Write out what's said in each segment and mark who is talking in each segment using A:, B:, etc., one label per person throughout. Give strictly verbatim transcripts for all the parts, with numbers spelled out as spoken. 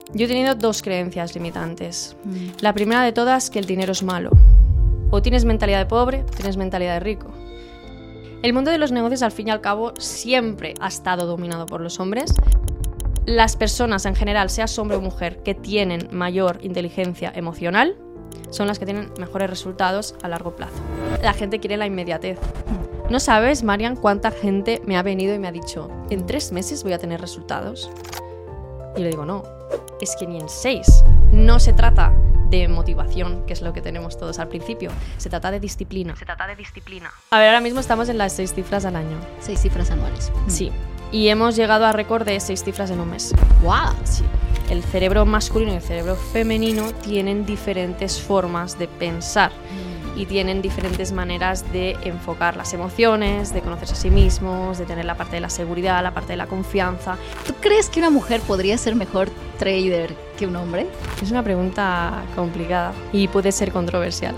A: Yo he tenido dos creencias limitantes.
B: Mm.
A: La primera de todas, que el dinero es malo. O tienes mentalidad de pobre, o tienes mentalidad de rico. El mundo de los negocios, al fin y al cabo, siempre ha estado dominado por los hombres. Las personas en general, seas hombre o mujer, que tienen mayor inteligencia emocional, son las que tienen mejores resultados a largo plazo. La gente quiere la inmediatez. ¿No sabes, Marian, cuánta gente me ha venido y me ha dicho, en tres meses voy a tener resultados? Y le digo, no, es que ni en seis. No se trata de motivación, que es lo que tenemos todos al principio. Se trata de disciplina. Se trata de disciplina. A ver, ahora mismo estamos en las seis cifras al año.
B: Seis cifras anuales.
A: Sí. Y hemos llegado a récord de seis cifras en un mes.
B: ¡Wow!
A: Sí. El cerebro masculino y el cerebro femenino tienen diferentes formas de pensar y tienen diferentes maneras de enfocar las emociones, de conocerse a sí mismos, de tener la parte de la seguridad, la parte de la confianza.
B: ¿Tú crees que una mujer podría ser mejor trader que un hombre?
A: Es una pregunta complicada y puede ser controversial.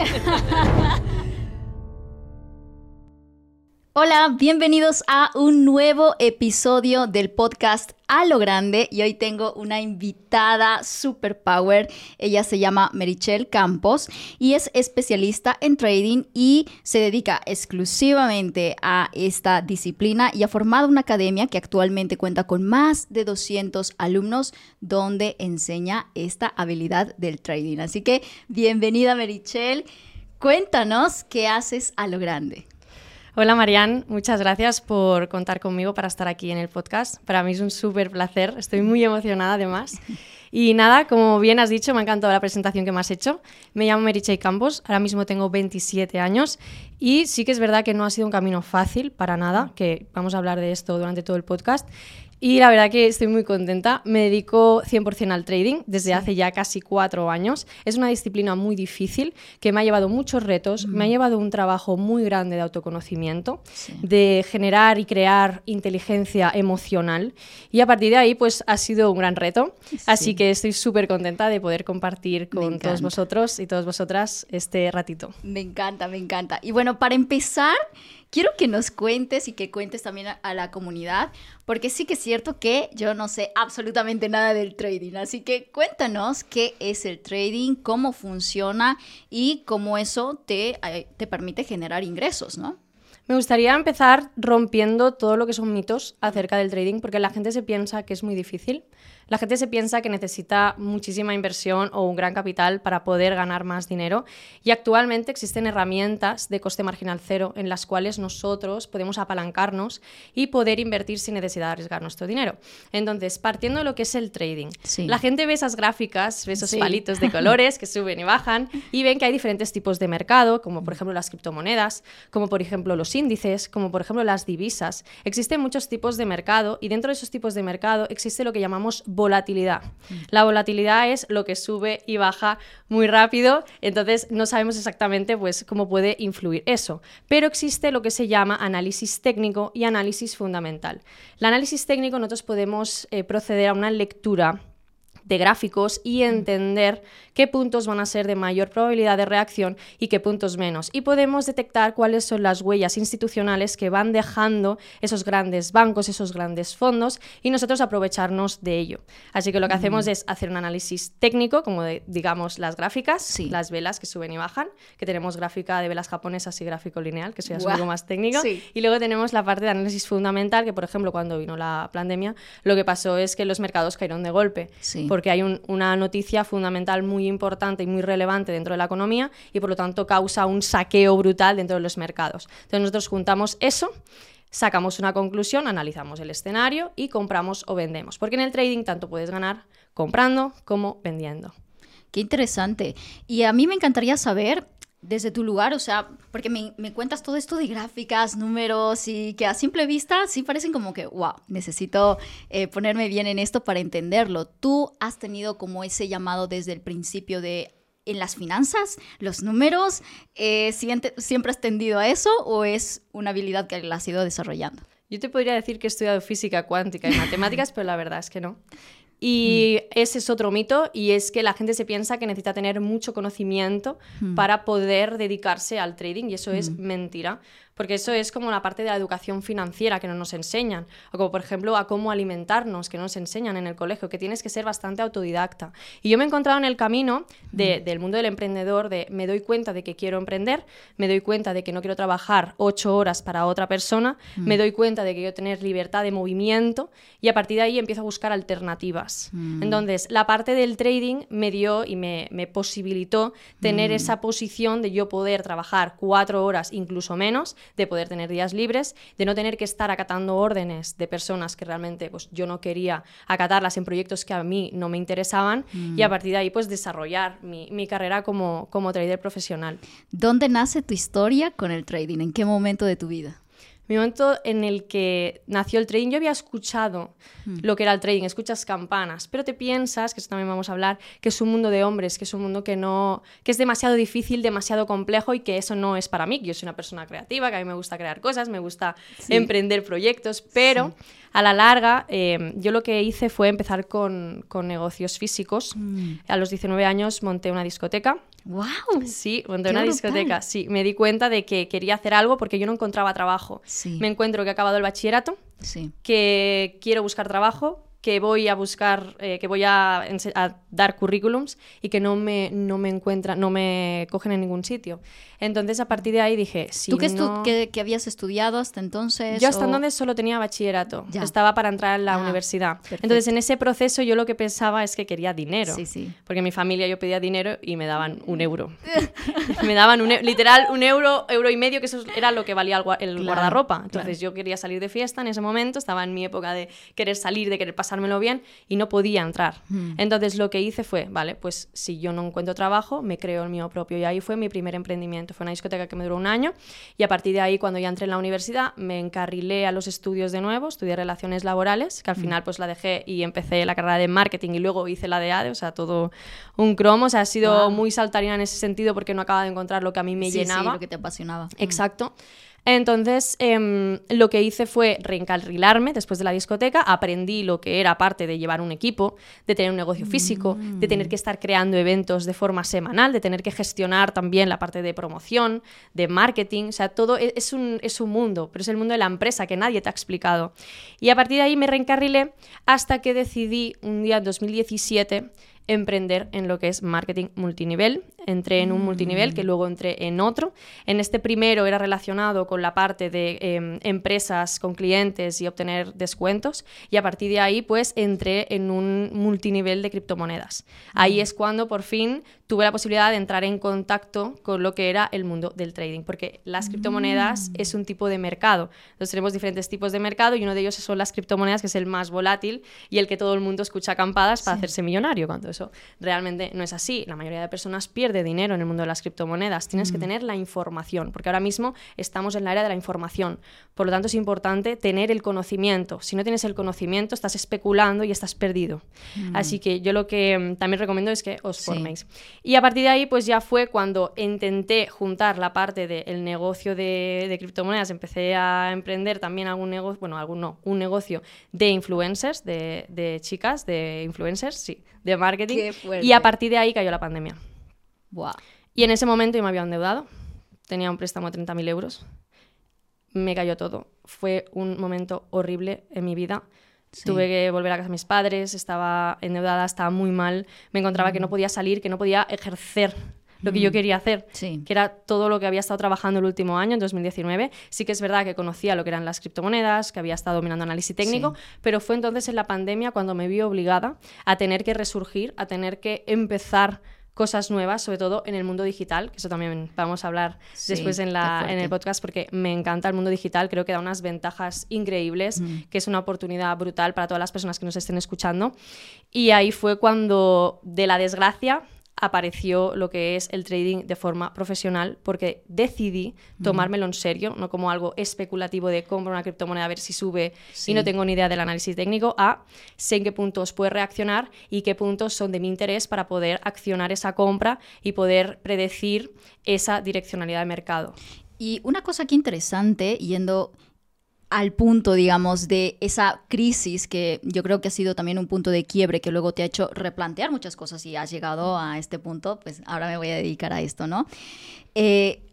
B: Hola, bienvenidos a un nuevo episodio del podcast A lo Grande y hoy tengo una invitada super power. Ella se llama Meritxell Campos y es especialista en trading y se dedica exclusivamente a esta disciplina y ha formado una academia que actualmente cuenta con más de doscientos alumnos donde enseña esta habilidad del trading. Así que bienvenida, Meritxell. Cuéntanos qué haces a lo grande.
A: Hola Marian, muchas gracias por contar conmigo para estar aquí en el podcast. Para mí es un súper placer, estoy muy emocionada además. Y nada, como bien has dicho, me ha encantado la presentación que me has hecho. Me llamo Meritxell Campos, ahora mismo tengo veintisiete años y sí que es verdad que no ha sido un camino fácil para nada, que vamos a hablar de esto durante todo el podcast. Y la verdad que estoy muy contenta. Me dedico cien por ciento al trading desde sí. hace ya casi cuatro años. Es una disciplina muy difícil que me ha llevado muchos retos, mm. me ha llevado un trabajo muy grande de autoconocimiento, sí. de generar y crear inteligencia emocional. Y a partir de ahí pues ha sido un gran reto. Sí. Así que estoy súper contenta de poder compartir con todos vosotros y todas vosotras este ratito.
B: Me encanta, me encanta. Y bueno, para empezar, quiero que nos cuentes y que cuentes también a, a la comunidad, porque sí que es cierto que yo no sé absolutamente nada del trading, así que cuéntanos qué es el trading, cómo funciona y cómo eso te, eh, te permite generar ingresos, ¿no?
A: Me gustaría empezar rompiendo todo lo que son mitos acerca del trading, porque la gente se piensa que es muy difícil. La gente se piensa que necesita muchísima inversión o un gran capital para poder ganar más dinero y actualmente existen herramientas de coste marginal cero en las cuales nosotros podemos apalancarnos y poder invertir sin necesidad de arriesgar nuestro dinero. Entonces, partiendo de lo que es el trading, sí. la gente ve esas gráficas, ve esos sí. palitos de colores que suben y bajan y ven que hay diferentes tipos de mercado, como por ejemplo las criptomonedas, como por ejemplo los índices, como por ejemplo las divisas. Existen muchos tipos de mercado y dentro de esos tipos de mercado existe lo que llamamos volatilidad. La volatilidad es lo que sube y baja muy rápido, entonces no sabemos exactamente pues, cómo puede influir eso. Pero existe lo que se llama análisis técnico y análisis fundamental. El análisis técnico nosotros podemos eh, proceder a una lectura de gráficos y entender qué puntos van a ser de mayor probabilidad de reacción y qué puntos menos. Y podemos detectar cuáles son las huellas institucionales que van dejando esos grandes bancos, esos grandes fondos y nosotros aprovecharnos de ello. Así que lo que mm. hacemos es hacer un análisis técnico, como de, digamos las gráficas, sí. las velas que suben y bajan, que tenemos gráfica de velas japonesas y gráfico lineal, que eso ya es wow. algo más técnico. Sí. Y luego tenemos la parte de análisis fundamental, que por ejemplo cuando vino la pandemia, lo que pasó es que los mercados cayeron de golpe. Sí. Porque hay un, una noticia fundamental muy importante y muy relevante dentro de la economía y por lo tanto causa un saqueo brutal dentro de los mercados. Entonces nosotros juntamos eso, sacamos una conclusión, analizamos el escenario y compramos o vendemos. Porque en el trading tanto puedes ganar comprando como vendiendo.
B: Qué interesante. Y a mí me encantaría saber, desde tu lugar, o sea, porque me, me cuentas todo esto de gráficas, números y que a simple vista sí parecen como que, wow, necesito eh, ponerme bien en esto para entenderlo. ¿Tú has tenido como ese llamado desde el principio de, en las finanzas, los números, eh, siempre has tendido a eso o es una habilidad que la has ido desarrollando?
A: Yo te podría decir que he estudiado física cuántica y matemáticas, pero la verdad es que no. Y mm. ese es otro mito, y es que la gente se piensa que necesita tener mucho conocimiento mm. para poder dedicarse al trading, y eso mm. es mentira, Porque eso es como la parte de la educación financiera que no nos enseñan, o como por ejemplo a cómo alimentarnos, que no nos enseñan en el colegio, que tienes que ser bastante autodidacta. Y yo me he encontrado en el camino de, del mundo del emprendedor, de me doy cuenta de que quiero emprender, me doy cuenta de que no quiero trabajar ocho horas para otra persona, mm. me doy cuenta de que quiero tener libertad de movimiento y a partir de ahí empiezo a buscar alternativas. Mm. Entonces, la parte del trading me dio y me, me posibilitó tener mm. esa posición de yo poder trabajar cuatro horas, incluso menos, de poder tener días libres, de no tener que estar acatando órdenes de personas que realmente pues, yo no quería acatarlas en proyectos que a mí no me interesaban mm. y a partir de ahí pues desarrollar mi, mi carrera como, como trader profesional.
B: ¿Dónde nace tu historia con el trading? ¿En qué momento de tu vida?
A: Mi momento en el que nació el trading, yo había escuchado mm. lo que era el trading, escuchas campanas, pero te piensas, que eso también vamos a hablar, que es un mundo de hombres, que es un mundo que no, que es demasiado difícil, demasiado complejo y que eso no es para mí, que yo soy una persona creativa, que a mí me gusta crear cosas, me gusta sí. emprender proyectos, pero sí. a la larga eh, yo lo que hice fue empezar con, con negocios físicos. Mm. A los diecinueve años monté una discoteca.
B: ¡Wow!
A: Sí, monté una brutal. discoteca, sí. Me di cuenta de que quería hacer algo porque yo no encontraba trabajo. Sí. Me encuentro que he acabado el bachillerato, sí. que quiero buscar trabajo, que voy a buscar, eh, que voy a, a dar currículums y que no me, no me encuentran, no me cogen en ningún sitio. Entonces, a partir de ahí dije, si
B: ¿Tú qué,
A: no...
B: estu- qué, qué habías estudiado hasta entonces?
A: Yo hasta
B: o...
A: entonces solo tenía bachillerato. Ya. Estaba para entrar en la ah, universidad. Perfecto. Entonces, en ese proceso yo lo que pensaba es que quería dinero. Sí, sí. Porque en mi familia yo pedía dinero y me daban un euro. me daban un, literal un euro, euro y medio, que eso era lo que valía el, el claro, guardarropa. Entonces, claro. yo quería salir de fiesta en ese momento, estaba en mi época de querer salir, de querer pasármelo bien y no podía entrar. Hmm. Entonces, lo que hice fue, vale, pues si yo no encuentro trabajo, me creo el mío propio. Y ahí fue mi primer emprendimiento. Fue una discoteca que me duró un año y a partir de ahí, cuando ya entré en la universidad, me encarrilé a los estudios de nuevo, estudié relaciones laborales, que al final pues la dejé y empecé la carrera de marketing y luego hice la de A D E, o sea, todo un cromo, o sea, ha sido wow. muy saltarina en ese sentido porque no acababa de encontrar lo que a mí me
B: sí,
A: llenaba.
B: Sí, lo que te apasionaba.
A: Exacto. Entonces, eh, lo que hice fue reencarrilarme después de la discoteca, aprendí lo que era parte de llevar un equipo, de tener un negocio físico, mm. de tener que estar creando eventos de forma semanal, de tener que gestionar también la parte de promoción, de marketing, o sea, todo es un, es un mundo, pero es el mundo de la empresa que nadie te ha explicado. Y a partir de ahí me reencarrilé hasta que decidí un día en dos mil diecisiete emprender en lo que es marketing multinivel. Entré en un multinivel que luego entré en otro. En este primero era relacionado con la parte de eh, empresas con clientes y obtener descuentos y a partir de ahí pues entré en un multinivel de criptomonedas. Ahí es cuando por fin tuve la posibilidad de entrar en contacto con lo que era el mundo del trading, porque las criptomonedas mm. es un tipo de mercado. Entonces tenemos diferentes tipos de mercado y uno de ellos son las criptomonedas, que es el más volátil y el que todo el mundo escucha campadas para sí. hacerse millonario, cuando eso realmente no es así. La mayoría de personas pierde dinero en el mundo de las criptomonedas. Tienes mm. que tener la información, porque ahora mismo estamos en la era de la información. Por lo tanto, es importante tener el conocimiento. Si no tienes el conocimiento, estás especulando y estás perdido. Mm. Así que yo lo que también recomiendo es que os forméis. Sí. Y a partir de ahí, pues ya fue cuando intenté juntar la parte del negocio de, de criptomonedas. Empecé a emprender también algún negocio, bueno, algún no, un negocio de influencers, de, de chicas, de influencers, sí, de marketing. Y a partir de ahí cayó la pandemia.
B: Wow.
A: Y en ese momento yo me había endeudado. Tenía un préstamo de treinta mil euros. Me cayó todo. Fue un momento horrible en mi vida. Sí. Tuve que volver a casa de mis padres, estaba endeudada, estaba muy mal. Me encontraba mm. que no podía salir, que no podía ejercer lo que mm. yo quería hacer, sí. que era todo lo que había estado trabajando el último año, en dos mil diecinueve. Sí que es verdad que conocía lo que eran las criptomonedas, que había estado dominando análisis técnico, sí. pero fue entonces en la pandemia cuando me vi obligada a tener que resurgir, a tener que empezar cosas nuevas, sobre todo en el mundo digital, que eso también vamos a hablar sí, después en, la, en el podcast, porque me encanta el mundo digital, creo que da unas ventajas increíbles, mm. que es una oportunidad brutal para todas las personas que nos estén escuchando. Y ahí fue cuando, de la desgracia, apareció lo que es el trading de forma profesional, porque decidí tomármelo en serio, no como algo especulativo de compro una criptomoneda a ver si sube sí. y no tengo ni idea del análisis técnico, a sé en qué puntos puede reaccionar y qué puntos son de mi interés para poder accionar esa compra y poder predecir esa direccionalidad de mercado.
B: Y una cosa aquí interesante, yendo al punto, digamos, de esa crisis que yo creo que ha sido también un punto de quiebre que luego te ha hecho replantear muchas cosas y has llegado a este punto, pues ahora me voy a dedicar a esto, ¿no? Eh,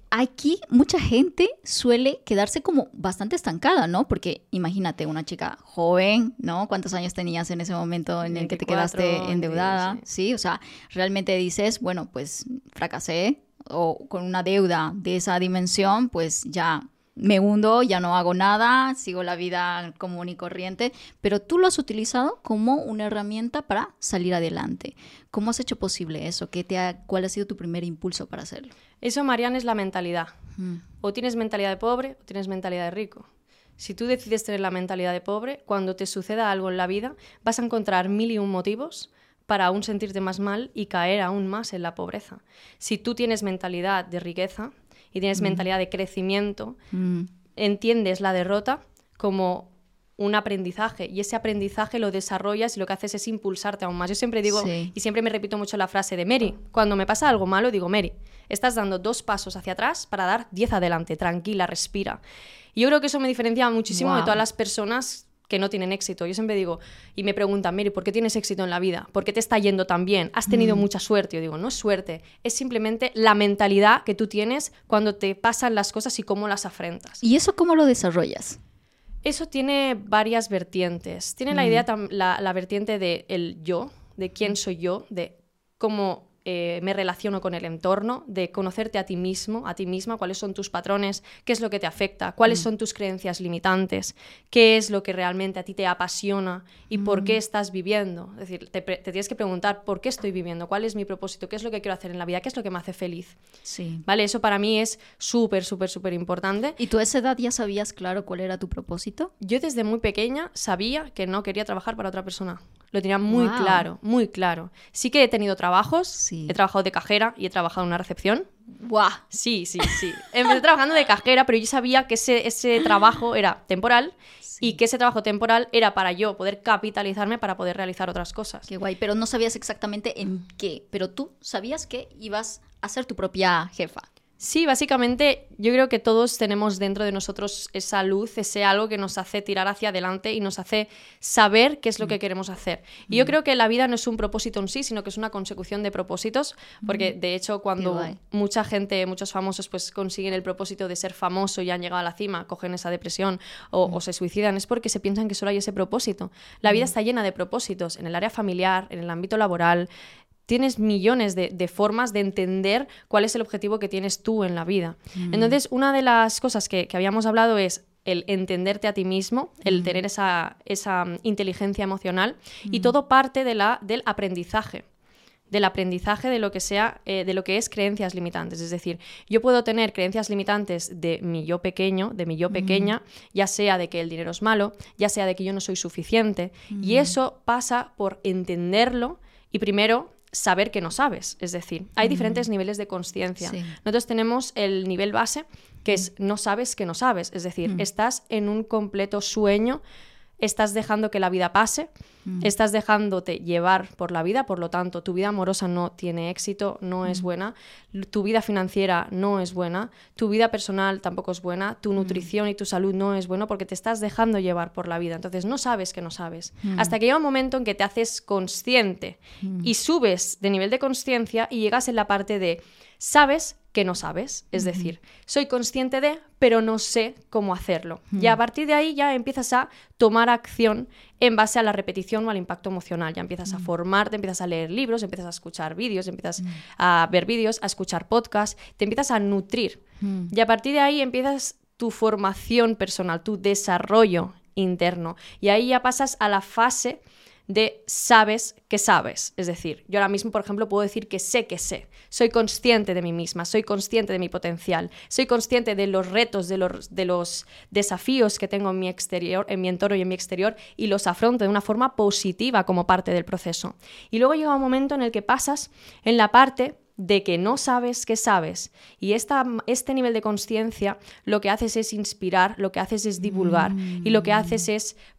B: aquí mucha gente suele quedarse como bastante estancada, ¿no? Porque imagínate una chica joven, ¿no? ¿Cuántos años tenías en ese momento en el que te quedaste endeudada?
A: Sí, sí.
B: Sí, o sea, realmente dices, bueno, pues fracasé o con una deuda de esa dimensión, pues ya me hundo, ya no hago nada, sigo la vida común y corriente, pero tú lo has utilizado como una herramienta para salir adelante. ¿Cómo has hecho posible eso? ¿Qué te ha, ¿Cuál ha sido tu primer impulso para hacerlo?
A: Eso, Marian, es la mentalidad.
B: Mm.
A: O tienes mentalidad de pobre o tienes mentalidad de rico. Si tú decides tener la mentalidad de pobre, cuando te suceda algo en la vida, vas a encontrar mil y un motivos para aún sentirte más mal y caer aún más en la pobreza. Si tú tienes mentalidad de riqueza y tienes mm. mentalidad de crecimiento, mm. entiendes la derrota como un aprendizaje, y ese aprendizaje lo desarrollas y lo que haces es impulsarte aún más. Yo siempre digo, sí. y siempre me repito mucho la frase de Mary, cuando me pasa algo malo digo, Mary, estás dando dos pasos hacia atrás para dar diez adelante, tranquila, respira. Y yo creo que eso me diferencia muchísimo wow. de todas las personas que no tienen éxito. Yo siempre digo, y me preguntan, Mary, ¿por qué tienes éxito en la vida? ¿Por qué te está yendo tan bien? ¿Has tenido mm. mucha suerte? Yo digo, no es suerte, es simplemente la mentalidad que tú tienes cuando te pasan las cosas y cómo las afrentas.
B: ¿Y eso cómo lo desarrollas?
A: Eso tiene varias vertientes. Tiene mm. la idea, la, la vertiente de el yo, de quién soy yo, de cómo eh, me relaciono con el entorno, de conocerte a ti mismo, a ti misma, cuáles son tus patrones, qué es lo que te afecta, cuáles mm. son tus creencias limitantes, qué es lo que realmente a ti te apasiona y mm. por qué estás viviendo. Es decir, te, te tienes que preguntar por qué estoy viviendo, cuál es mi propósito, qué es lo que quiero hacer en la vida, qué es lo que me hace feliz.
B: Sí.
A: ¿Vale? Eso para mí es súper, súper, súper importante.
B: ¿Y tú a esa edad ya sabías claro cuál era tu propósito?
A: Yo desde muy pequeña sabía que no quería trabajar para otra persona. Lo tenía muy wow. claro, muy claro. Sí que he tenido trabajos, sí. he trabajado de cajera y he trabajado en una recepción.
B: ¡Guau!
A: Sí, sí, sí. Empecé trabajando de cajera, pero yo sabía que ese, ese trabajo era temporal sí. y que ese trabajo temporal era para yo poder capitalizarme para poder realizar otras cosas.
B: Qué guay, pero no sabías exactamente en qué, pero tú sabías que ibas a ser tu propia jefa.
A: Sí, básicamente yo creo que todos tenemos dentro de nosotros esa luz, ese algo que nos hace tirar hacia adelante y nos hace saber qué es lo que queremos hacer. Y yo creo que la vida no es un propósito en sí, sino que es una consecución de propósitos, porque de hecho cuando mucha gente, muchos famosos pues consiguen el propósito de ser famoso y han llegado a la cima, cogen esa depresión o, mm. o se suicidan, es porque se piensan que solo hay ese propósito. La vida mm. está llena de propósitos en el área familiar, en el ámbito laboral. Tienes millones de, de formas de entender cuál es el objetivo que tienes tú en la vida. Mm. Entonces, una de las cosas que, que habíamos hablado es el entenderte a ti mismo, el mm. tener esa, esa inteligencia emocional mm. y todo parte de la, del aprendizaje. del aprendizaje de lo que sea, eh, de lo que es creencias limitantes. Es decir, yo puedo tener creencias limitantes de mi yo pequeño, de mi yo pequeña, mm. ya sea de que el dinero es malo, ya sea de que yo no soy suficiente, mm. y eso pasa por entenderlo y primero saber que no sabes. Es decir, hay mm. diferentes niveles de consciencia. Sí. Nosotros tenemos el nivel base, que es no sabes que no sabes. Es decir, mm. estás en un completo sueño, estás dejando que la vida pase, mm. estás dejándote llevar por la vida, por lo tanto, tu vida amorosa no tiene éxito, no mm. es buena, tu vida financiera no es buena, tu vida personal tampoco es buena, tu nutrición mm. y tu salud no es buena porque te estás dejando llevar por la vida. Entonces, no sabes que no sabes. Mm. Hasta que llega un momento en que te haces consciente mm. y subes de nivel de consciencia y llegas en la parte de sabes que no sabes, es uh-huh. decir, soy consciente de, pero no sé cómo hacerlo. Uh-huh. Y a partir de ahí ya empiezas a tomar acción en base a la repetición o al impacto emocional. Ya empiezas uh-huh. a formarte, empiezas a leer libros, empiezas a escuchar vídeos, empiezas uh-huh. a ver vídeos, a escuchar podcasts, te empiezas a nutrir. Uh-huh. Y a partir de ahí empiezas tu formación personal, tu desarrollo interno. Y ahí ya pasas a la fase de sabes que sabes. Es decir, yo ahora mismo, por ejemplo, puedo decir que sé que sé. Soy consciente de mí misma, soy consciente de mi potencial, soy consciente de los retos, de los, de los desafíos que tengo en mi exterior, en mi entorno y en mi exterior, y los afronto de una forma positiva como parte del proceso. Y luego llega un momento en el que pasas en la parte de que no sabes que sabes. Y esta, este nivel de consciencia lo que haces es inspirar, lo que haces es divulgar mm. y lo que haces es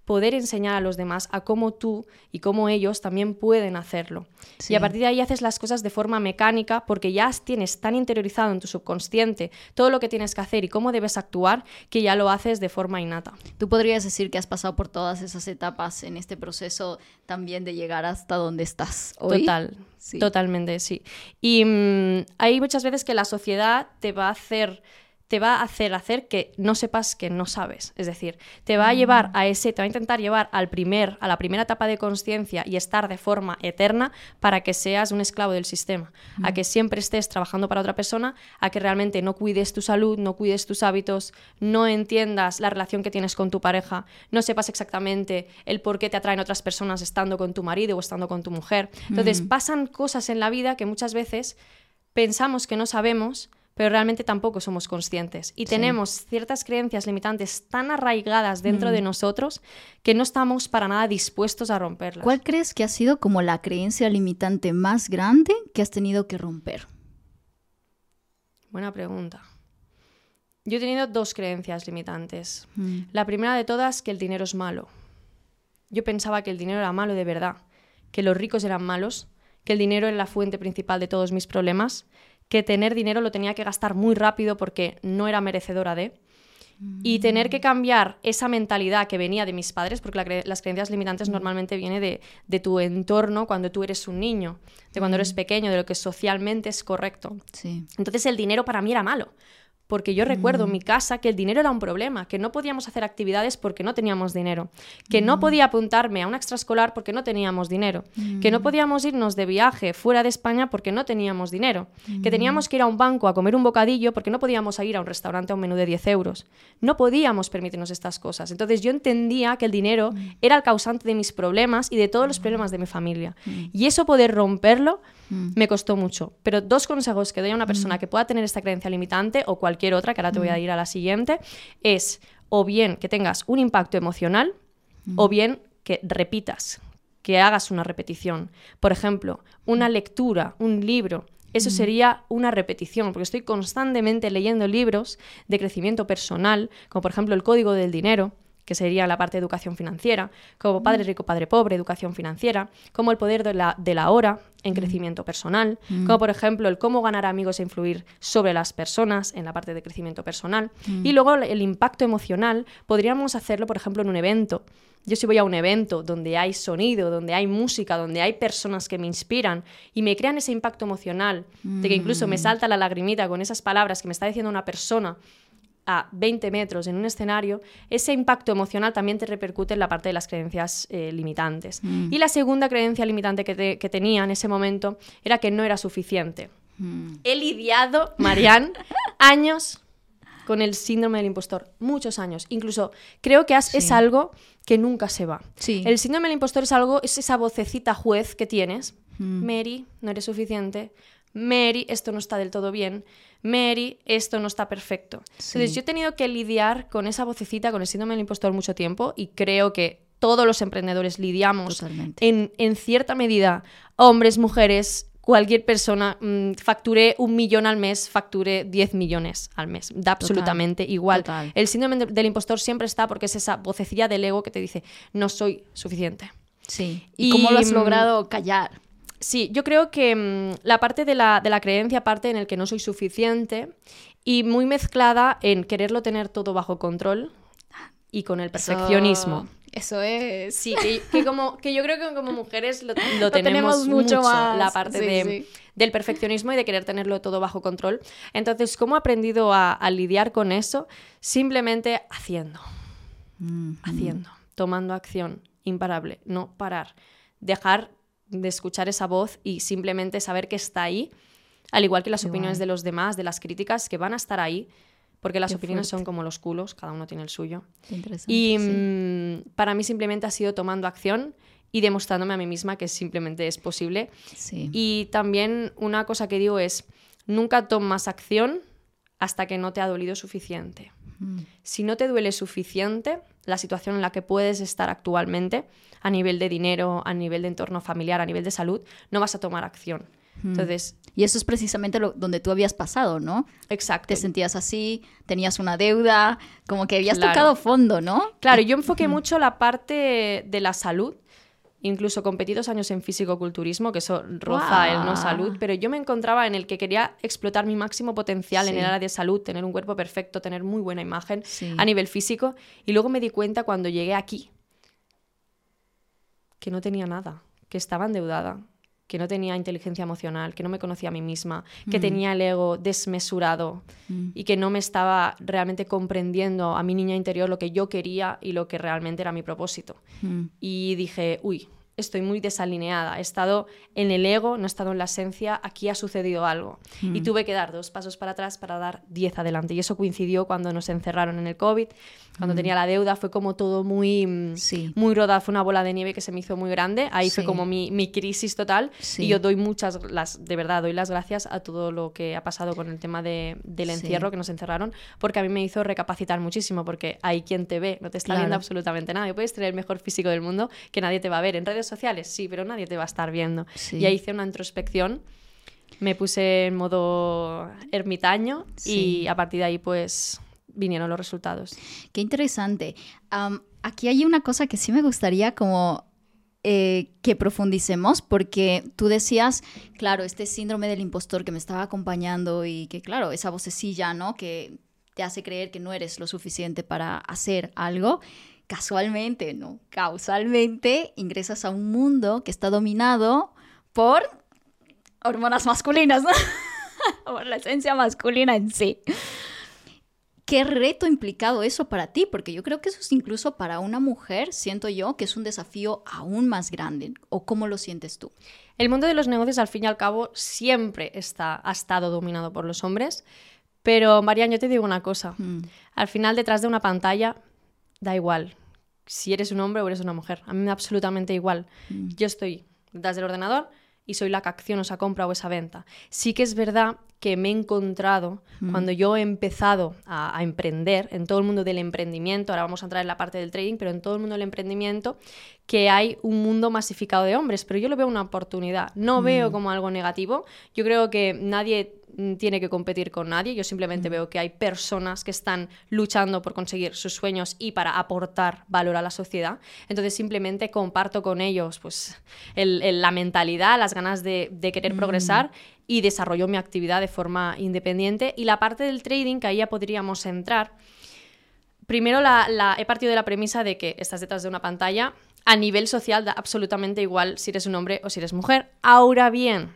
A: poder enseñar a los demás a cómo tú y cómo ellos también pueden hacerlo.
B: Sí.
A: Y a partir de ahí haces las cosas de forma mecánica porque ya tienes tan interiorizado en tu subconsciente todo lo que tienes que hacer y cómo debes actuar que ya lo haces de forma innata.
B: Tú podrías decir que has pasado por todas esas etapas en este proceso también de llegar hasta donde estás hoy.
A: Total,
B: sí.
A: Totalmente, sí. Y mmm, hay muchas veces que la sociedad te va a hacer... te va a hacer hacer que no sepas que no sabes. Es decir, te va a llevar a ese, te va a intentar llevar al primer, a la primera etapa de consciencia y estar de forma eterna para que seas un esclavo del sistema, mm. a que siempre estés trabajando para otra persona, a que realmente no cuides tu salud, no cuides tus hábitos, no entiendas la relación que tienes con tu pareja, no sepas exactamente el por qué te atraen otras personas estando con tu marido o estando con tu mujer. Entonces, mm. pasan cosas en la vida que muchas veces pensamos que no sabemos, pero realmente tampoco somos conscientes. Y sí. tenemos ciertas creencias limitantes tan arraigadas dentro mm. de nosotros que no estamos para nada dispuestos a romperlas.
B: ¿Cuál crees que ha sido como la creencia limitante más grande que has tenido que romper?
A: Buena pregunta. Yo he tenido dos creencias limitantes.
B: Mm.
A: La primera de todas, que el dinero es malo. Yo pensaba que el dinero era malo de verdad, que los ricos eran malos, que el dinero era la fuente principal de todos mis problemas, que tener dinero lo tenía que gastar muy rápido porque no era merecedora de, mm. y tener que cambiar esa mentalidad que venía de mis padres, porque la cre- las creencias limitantes mm. normalmente vienen de, de tu entorno cuando tú eres un niño, de cuando mm. eres pequeño, de lo que socialmente es correcto.
B: Sí.
A: Entonces el dinero para mí era malo, porque yo recuerdo mm. en mi casa que el dinero era un problema, que no podíamos hacer actividades porque no teníamos dinero, que mm. no podía apuntarme a una extraescolar porque no teníamos dinero, mm. que no podíamos irnos de viaje fuera de España porque no teníamos dinero, mm. que teníamos que ir a un banco a comer un bocadillo porque no podíamos ir a un restaurante a un menú de diez euros. No podíamos permitirnos estas cosas. Entonces yo entendía que el dinero mm. era el causante de mis problemas y de todos los problemas de mi familia. Mm. Y eso poder romperlo mm. me costó mucho. Pero dos consejos que doy a una persona mm. que pueda tener esta creencia limitante o cualquier otra, que ahora te voy a ir a la siguiente, es o bien que tengas un impacto emocional mm. o bien que repitas, que hagas una repetición. Por ejemplo, una lectura, un libro, eso mm. sería una repetición, porque estoy constantemente leyendo libros de crecimiento personal, como por ejemplo El Código del Dinero, que sería la parte de educación financiera, como Padre Rico, Padre Pobre, educación financiera, como El Poder de la, de la Hora, en crecimiento personal, mm. como por ejemplo el cómo ganar amigos e influir sobre las personas en la parte de crecimiento personal. Mm. Y luego el impacto emocional podríamos hacerlo, por ejemplo, en un evento. Yo si voy a un evento donde hay sonido, donde hay música, donde hay personas que me inspiran y me crean ese impacto emocional, mm. de que incluso me salta la lagrimita con esas palabras que me está diciendo una persona a veinte metros en un escenario, ese impacto emocional también te repercute en la parte de las creencias eh, limitantes. Mm. Y la segunda creencia limitante que, te, que tenía en ese momento era que no era suficiente. Mm. He lidiado, Marianne, años con el síndrome del impostor, muchos años. Incluso creo que has, sí. es algo que nunca se va.
B: Sí.
A: El síndrome del impostor es algo, es esa vocecita juez que tienes. Mm. Mary, no eres suficiente. Mary, esto no está del todo bien. Mary, esto no está perfecto. Sí. Entonces yo he tenido que lidiar con esa vocecita, con el síndrome del impostor mucho tiempo y creo que todos los emprendedores lidiamos en, en cierta medida, hombres, mujeres, cualquier persona, mmm, facture un millón al mes, facture diez millones al mes. Da absolutamente Total. igual.
B: Total.
A: El síndrome del impostor siempre está porque es esa vocecilla del ego que te dice, no soy suficiente.
B: Sí. ¿Y, y cómo lo has logrado callar?
A: Sí, yo creo que mmm, la parte de la, de la creencia parte en el que no soy suficiente y muy mezclada en quererlo tener todo bajo control y con el perfeccionismo.
B: Eso, eso es...
A: Sí, que, que, como, que yo creo que como mujeres lo, lo,
B: lo
A: tenemos,
B: tenemos mucho,
A: mucho
B: más.
A: La parte
B: sí,
A: de,
B: sí.
A: del perfeccionismo y de querer tenerlo todo bajo control. Entonces, ¿cómo he aprendido a, a lidiar con eso? Simplemente haciendo. Mm-hmm. Haciendo. Tomando acción. Imparable. No parar. Dejar de escuchar esa voz y simplemente saber que está ahí, al igual que las Qué opiniones guay. de los demás, de las críticas, que van a estar ahí, porque las Qué opiniones fuerte. son como los culos, cada uno tiene el suyo.
B: Interesante,
A: y
B: sí.
A: mmm, para mí simplemente ha sido tomando acción y demostrándome a mí misma que simplemente es posible.
B: Sí.
A: Y también una cosa que digo es, nunca tomas acción hasta que no te ha dolido suficiente. Mm. Si no te duele suficiente la situación en la que puedes estar actualmente, a nivel de dinero, a nivel de entorno familiar, a nivel de salud, no vas a tomar acción. Entonces...
B: Y eso es precisamente lo, donde tú habías pasado, ¿no?
A: Exacto.
B: Te sentías así, tenías una deuda, como que habías
A: Claro.
B: tocado fondo, ¿no?
A: Claro, yo enfoqué mucho la parte de la salud. Incluso competí dos años en físico-culturismo, que eso roza
B: Wow.
A: el no salud, pero yo me encontraba en el que quería explotar mi máximo potencial
B: Sí.
A: en el área de salud, tener un cuerpo perfecto, tener muy buena imagen
B: Sí.
A: a nivel físico, y luego me di cuenta cuando llegué aquí que no tenía nada, que estaba endeudada, que no tenía inteligencia emocional, que no me conocía a mí misma, que
B: Mm.
A: tenía el ego desmesurado
B: Mm.
A: y que no me estaba realmente comprendiendo a mi niña interior lo que yo quería y lo que realmente era mi propósito.
B: Mm.
A: Y dije, uy, estoy muy desalineada, he estado en el ego, no he estado en la esencia, aquí ha sucedido algo.
B: Mm.
A: Y tuve que dar dos pasos para atrás para dar diez adelante. Y eso coincidió cuando nos encerraron en el COVID, cuando
B: Mm.
A: tenía la deuda, fue como todo muy, mm,
B: Sí.
A: muy rodado, fue una bola de nieve que se me hizo muy grande. Ahí
B: Sí.
A: fue como mi, mi crisis total.
B: Sí.
A: Y yo doy muchas, las, de verdad, doy las gracias a todo lo que ha pasado con el tema de, del
B: Sí.
A: encierro, que nos encerraron, porque a mí me hizo recapacitar muchísimo, porque hay quien te ve, no te está
B: Claro.
A: viendo absolutamente nada. Y puedes tener el mejor físico del mundo, que nadie te va a ver. En redes sociales sí, pero nadie te va a estar viendo.
B: Sí.
A: Y ahí hice una introspección, me puse en modo ermitaño
B: Sí.
A: y a partir de ahí pues vinieron los resultados.
B: Qué interesante. Am, aquí hay una cosa que sí me gustaría como eh, que profundicemos, porque tú decías, claro, este síndrome del impostor que me estaba acompañando y que, claro, esa vocecilla, ¿no? Que te hace creer que no eres lo suficiente para hacer algo. Casualmente, no, causalmente ingresas a un mundo que está dominado por hormonas masculinas, ¿no? Por la esencia masculina en sí. ¿Qué reto ha implicado eso para ti? Porque yo creo que eso es incluso para una mujer, siento yo, que es un desafío aún más grande. ¿O cómo lo sientes tú?
A: El mundo de los negocios, al fin y al cabo, siempre está, ha estado dominado por los hombres. Pero, Marian, yo te digo una cosa.
B: Mm.
A: Al final, detrás de una pantalla, da igual si eres un hombre o eres una mujer. A mí me da absolutamente igual.
B: Mm.
A: Yo estoy detrás del ordenador y soy la que acciona esa compra o esa venta. Sí que es verdad que me he encontrado,
B: Mm.
A: cuando yo he empezado a, a emprender, en todo el mundo del emprendimiento, ahora vamos a entrar en la parte del trading, pero en todo el mundo del emprendimiento, que hay un mundo masificado de hombres, pero yo lo veo una oportunidad, no
B: Mm.
A: veo como algo negativo. Yo creo que nadie mm, tiene que competir con nadie, yo simplemente
B: Mm.
A: veo que hay personas que están luchando por conseguir sus sueños y para aportar valor a la sociedad, entonces simplemente comparto con ellos pues, el, el, la mentalidad, las ganas de, de querer
B: Mm.
A: progresar, y desarrollo mi actividad de forma independiente. Y la parte del trading, que ahí ya podríamos entrar, primero la, la, he partido de la premisa de que estás detrás de una pantalla, a nivel social da absolutamente igual si eres un hombre o si eres mujer. Ahora bien,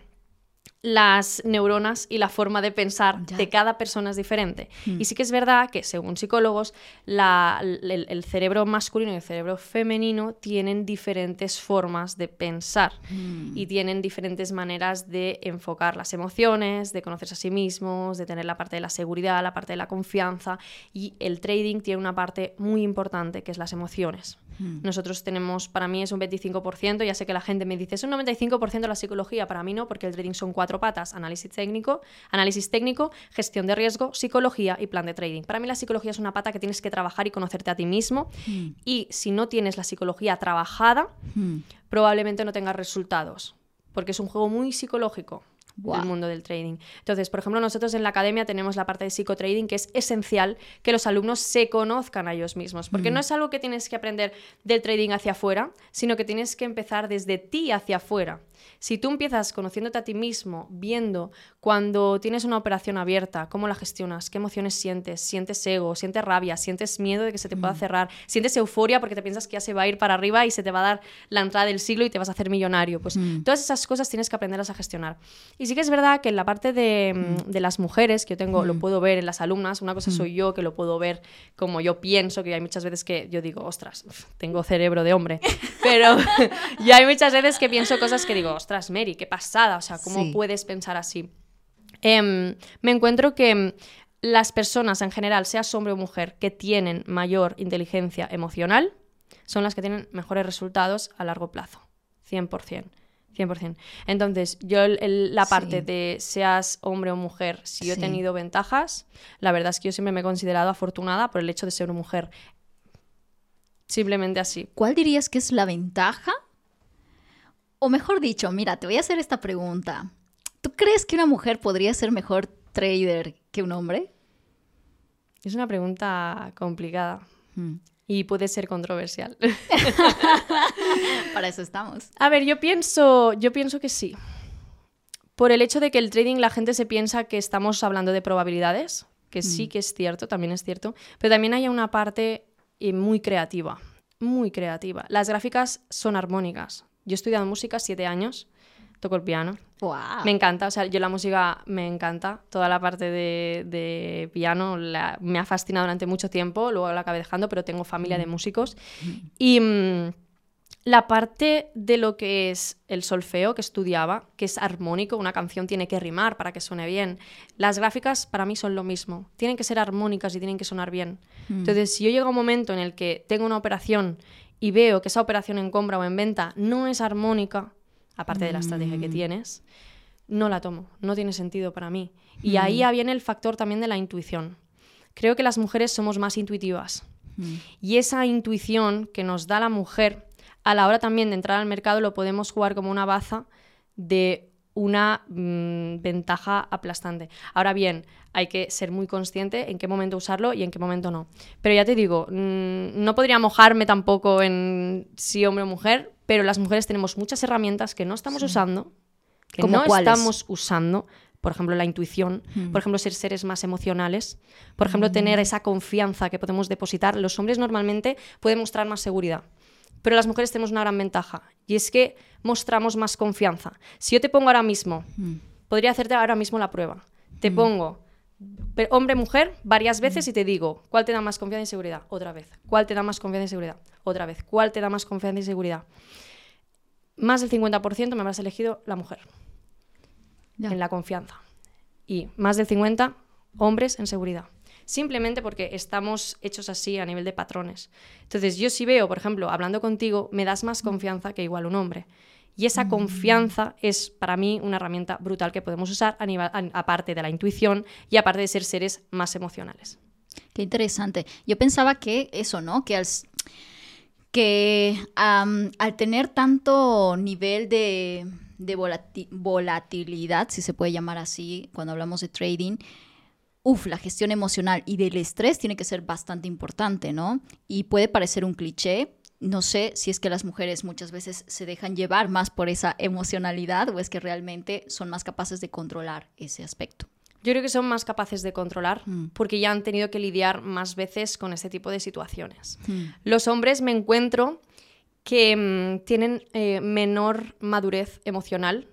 A: las neuronas y la forma de pensar
B: Ya.
A: de cada persona es diferente.
B: Mm.
A: Y sí que es verdad que, según psicólogos, la, el, el cerebro masculino y el cerebro femenino tienen diferentes formas de pensar
B: Mm.
A: y tienen diferentes maneras de enfocar las emociones, de conocerse a sí mismos, de tener la parte de la seguridad, la parte de la confianza. Y el trading tiene una parte muy importante, que es las emociones.
B: Mm.
A: Nosotros tenemos, para mí es un veinticinco por ciento, ya sé que la gente me dice, es un noventa y cinco por ciento la psicología, para mí no, porque el trading son cuatro patas: análisis técnico, análisis técnico, gestión de riesgo, psicología y plan de trading. Para mí la psicología es una pata que tienes que trabajar y conocerte a ti mismo,
B: Mm.
A: y si no tienes la psicología trabajada,
B: Mm.
A: probablemente no tengas resultados, porque es un juego muy psicológico.
B: Wow.
A: El mundo del trading. Entonces, por ejemplo, nosotros en la academia tenemos la parte de psicotrading, que es esencial que los alumnos se conozcan a ellos mismos, porque
B: Mm.
A: no es algo que tienes que aprender del trading hacia afuera, sino que tienes que empezar desde ti hacia afuera. Si tú empiezas conociéndote a ti mismo, viendo cuando tienes una operación abierta, cómo la gestionas, qué emociones sientes, sientes ego, sientes rabia, sientes miedo de que se te pueda cerrar, sientes euforia porque te piensas que ya se va a ir para arriba y se te va a dar la entrada del siglo y te vas a hacer millonario, pues
B: Mm.
A: todas esas cosas tienes que aprenderlas a gestionar. Y sí que es verdad que en la parte de, de las mujeres, que yo tengo, lo puedo ver en las alumnas, una cosa soy yo, que lo puedo ver como yo pienso, que hay muchas veces que yo digo, ostras, tengo cerebro de hombre, pero y hay muchas veces que pienso cosas que digo, ostras, Mary, qué pasada, o sea, ¿cómo
B: Sí.
A: puedes pensar así? Em, me encuentro que em, las personas en general, seas hombre o mujer, que tienen mayor inteligencia emocional, son las que tienen mejores resultados a largo plazo, cien por ciento. cien por ciento. Entonces, yo el, el, la parte
B: Sí.
A: de seas hombre o mujer, si yo he
B: Sí.
A: tenido ventajas, la verdad es que yo siempre me he considerado afortunada por el hecho de ser una mujer. Simplemente así.
B: ¿Cuál dirías que es la ventaja? O mejor dicho, mira, te voy a hacer esta pregunta. ¿Tú crees que una mujer podría ser mejor trader que un hombre?
A: Es una pregunta complicada mm. y puede ser controversial.
B: Para eso estamos.
A: A ver, yo pienso, yo pienso que sí. Por el hecho de que el trading la gente se piensa que estamos hablando de probabilidades, que mm. sí que es cierto, también es cierto, pero también hay una parte eh, muy creativa, muy creativa. Las gráficas son armónicas. Yo he estudiado música siete años, toco el piano.
B: Wow.
A: Me encanta, o sea, yo la música me encanta, toda la parte de, de piano la, me ha fascinado durante mucho tiempo, luego la acabé dejando, pero tengo familia mm. de músicos. Mm. Y mmm, la parte de lo que es el solfeo que estudiaba, que es armónico, una canción tiene que rimar para que suene bien. Las gráficas para mí son lo mismo, tienen que ser armónicas y tienen que sonar bien. Mm. Entonces, si yo llego a un momento en el que tengo una operación y veo que esa operación en compra o en venta no es armónica, aparte de la estrategia que tienes, no la tomo, no tiene sentido para mí. Y mm. ahí viene el factor también de la intuición. Creo que las mujeres somos más intuitivas. Mm. Y esa intuición que nos da la mujer, a la hora también de entrar al mercado, lo podemos jugar como una baza de una mmm, ventaja aplastante. Ahora bien, hay que ser muy consciente en qué momento usarlo y en qué momento no. Pero ya te digo, mmm, no podría mojarme tampoco en si hombre o mujer, pero las mujeres tenemos muchas herramientas que no estamos sí. usando, que no ¿cuáles? Estamos usando. Por ejemplo, la intuición, mm. por ejemplo, ser seres más emocionales, por ejemplo, mm. tener esa confianza que podemos depositar. Los hombres normalmente pueden mostrar más seguridad, pero las mujeres tenemos una gran ventaja, y es que mostramos más confianza. Si yo te pongo ahora mismo, mm. podría hacerte ahora mismo la prueba, te mm. pongo hombre-mujer varias veces mm. y te digo, ¿cuál te da más confianza y seguridad? Otra vez. ¿Cuál te da más confianza y seguridad? Otra vez. ¿Cuál te da más confianza y seguridad? Más del cincuenta por ciento me habrás elegido la mujer, ya. en la confianza. Y más del cincuenta por ciento hombres en seguridad. Simplemente porque estamos hechos así a nivel de patrones. Entonces, yo si veo, por ejemplo, hablando contigo, me das más confianza que igual un hombre. Y esa confianza es, para mí, una herramienta brutal que podemos usar a nivel, a, aparte de la intuición y aparte de ser seres más emocionales.
B: Qué interesante. Yo pensaba que eso, ¿no? Que al, que, um, al tener tanto nivel de, de volati- volatilidad, si se puede llamar así, cuando hablamos de trading, uf, la gestión emocional y del estrés tiene que ser bastante importante, ¿no? Y puede parecer un cliché. No sé si es que las mujeres muchas veces se dejan llevar más por esa emocionalidad o es que realmente son más capaces de controlar ese aspecto.
A: Yo creo que son más capaces de controlar mm. porque ya han tenido que lidiar más veces con este tipo de situaciones. Mm. Los hombres me encuentro que mmm, tienen eh, menor madurez emocional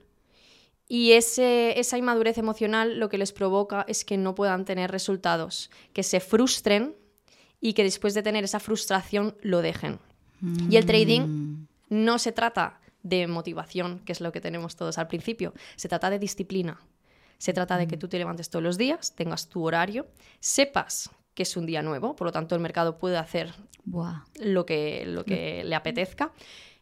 A: y ese, esa inmadurez emocional lo que les provoca es que no puedan tener resultados, que se frustren y que después de tener esa frustración lo dejen. Y el trading no se trata de motivación, que es lo que tenemos todos al principio, se trata de disciplina. Se trata de que tú te levantes todos los días, tengas tu horario, sepas que es un día nuevo, por lo tanto el mercado puede hacer Buah. lo que, lo que le apetezca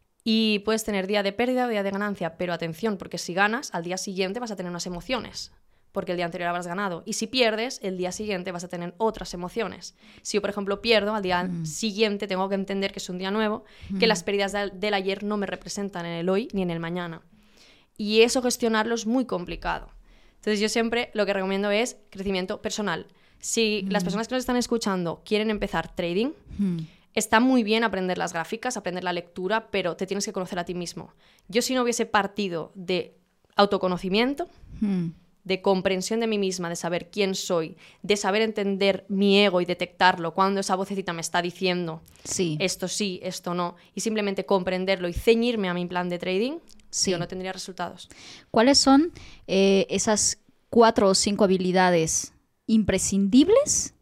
A: y puedes tener día de pérdida o día de ganancia, pero atención, porque si ganas, al día siguiente vas a tener unas emociones, porque el día anterior habrás ganado. Y si pierdes, el día siguiente vas a tener otras emociones. Si yo, por ejemplo, pierdo, al día mm. siguiente tengo que entender que es un día nuevo, mm. que las pérdidas del, del ayer no me representan en el hoy ni en el mañana. Y eso gestionarlo es muy complicado. Entonces yo siempre lo que recomiendo es crecimiento personal. Si mm. las personas que nos están escuchando quieren empezar trading, mm. está muy bien aprender las gráficas, aprender la lectura, pero te tienes que conocer a ti mismo. Yo si no hubiese partido de autoconocimiento... Mm. de comprensión de mí misma, de saber quién soy, de saber entender mi ego y detectarlo cuando esa vocecita me está diciendo sí. esto sí, esto no, y simplemente comprenderlo y ceñirme a mi plan de trading, sí. yo no tendría resultados.
B: ¿Cuáles son eh, esas cuatro o cinco habilidades imprescindibles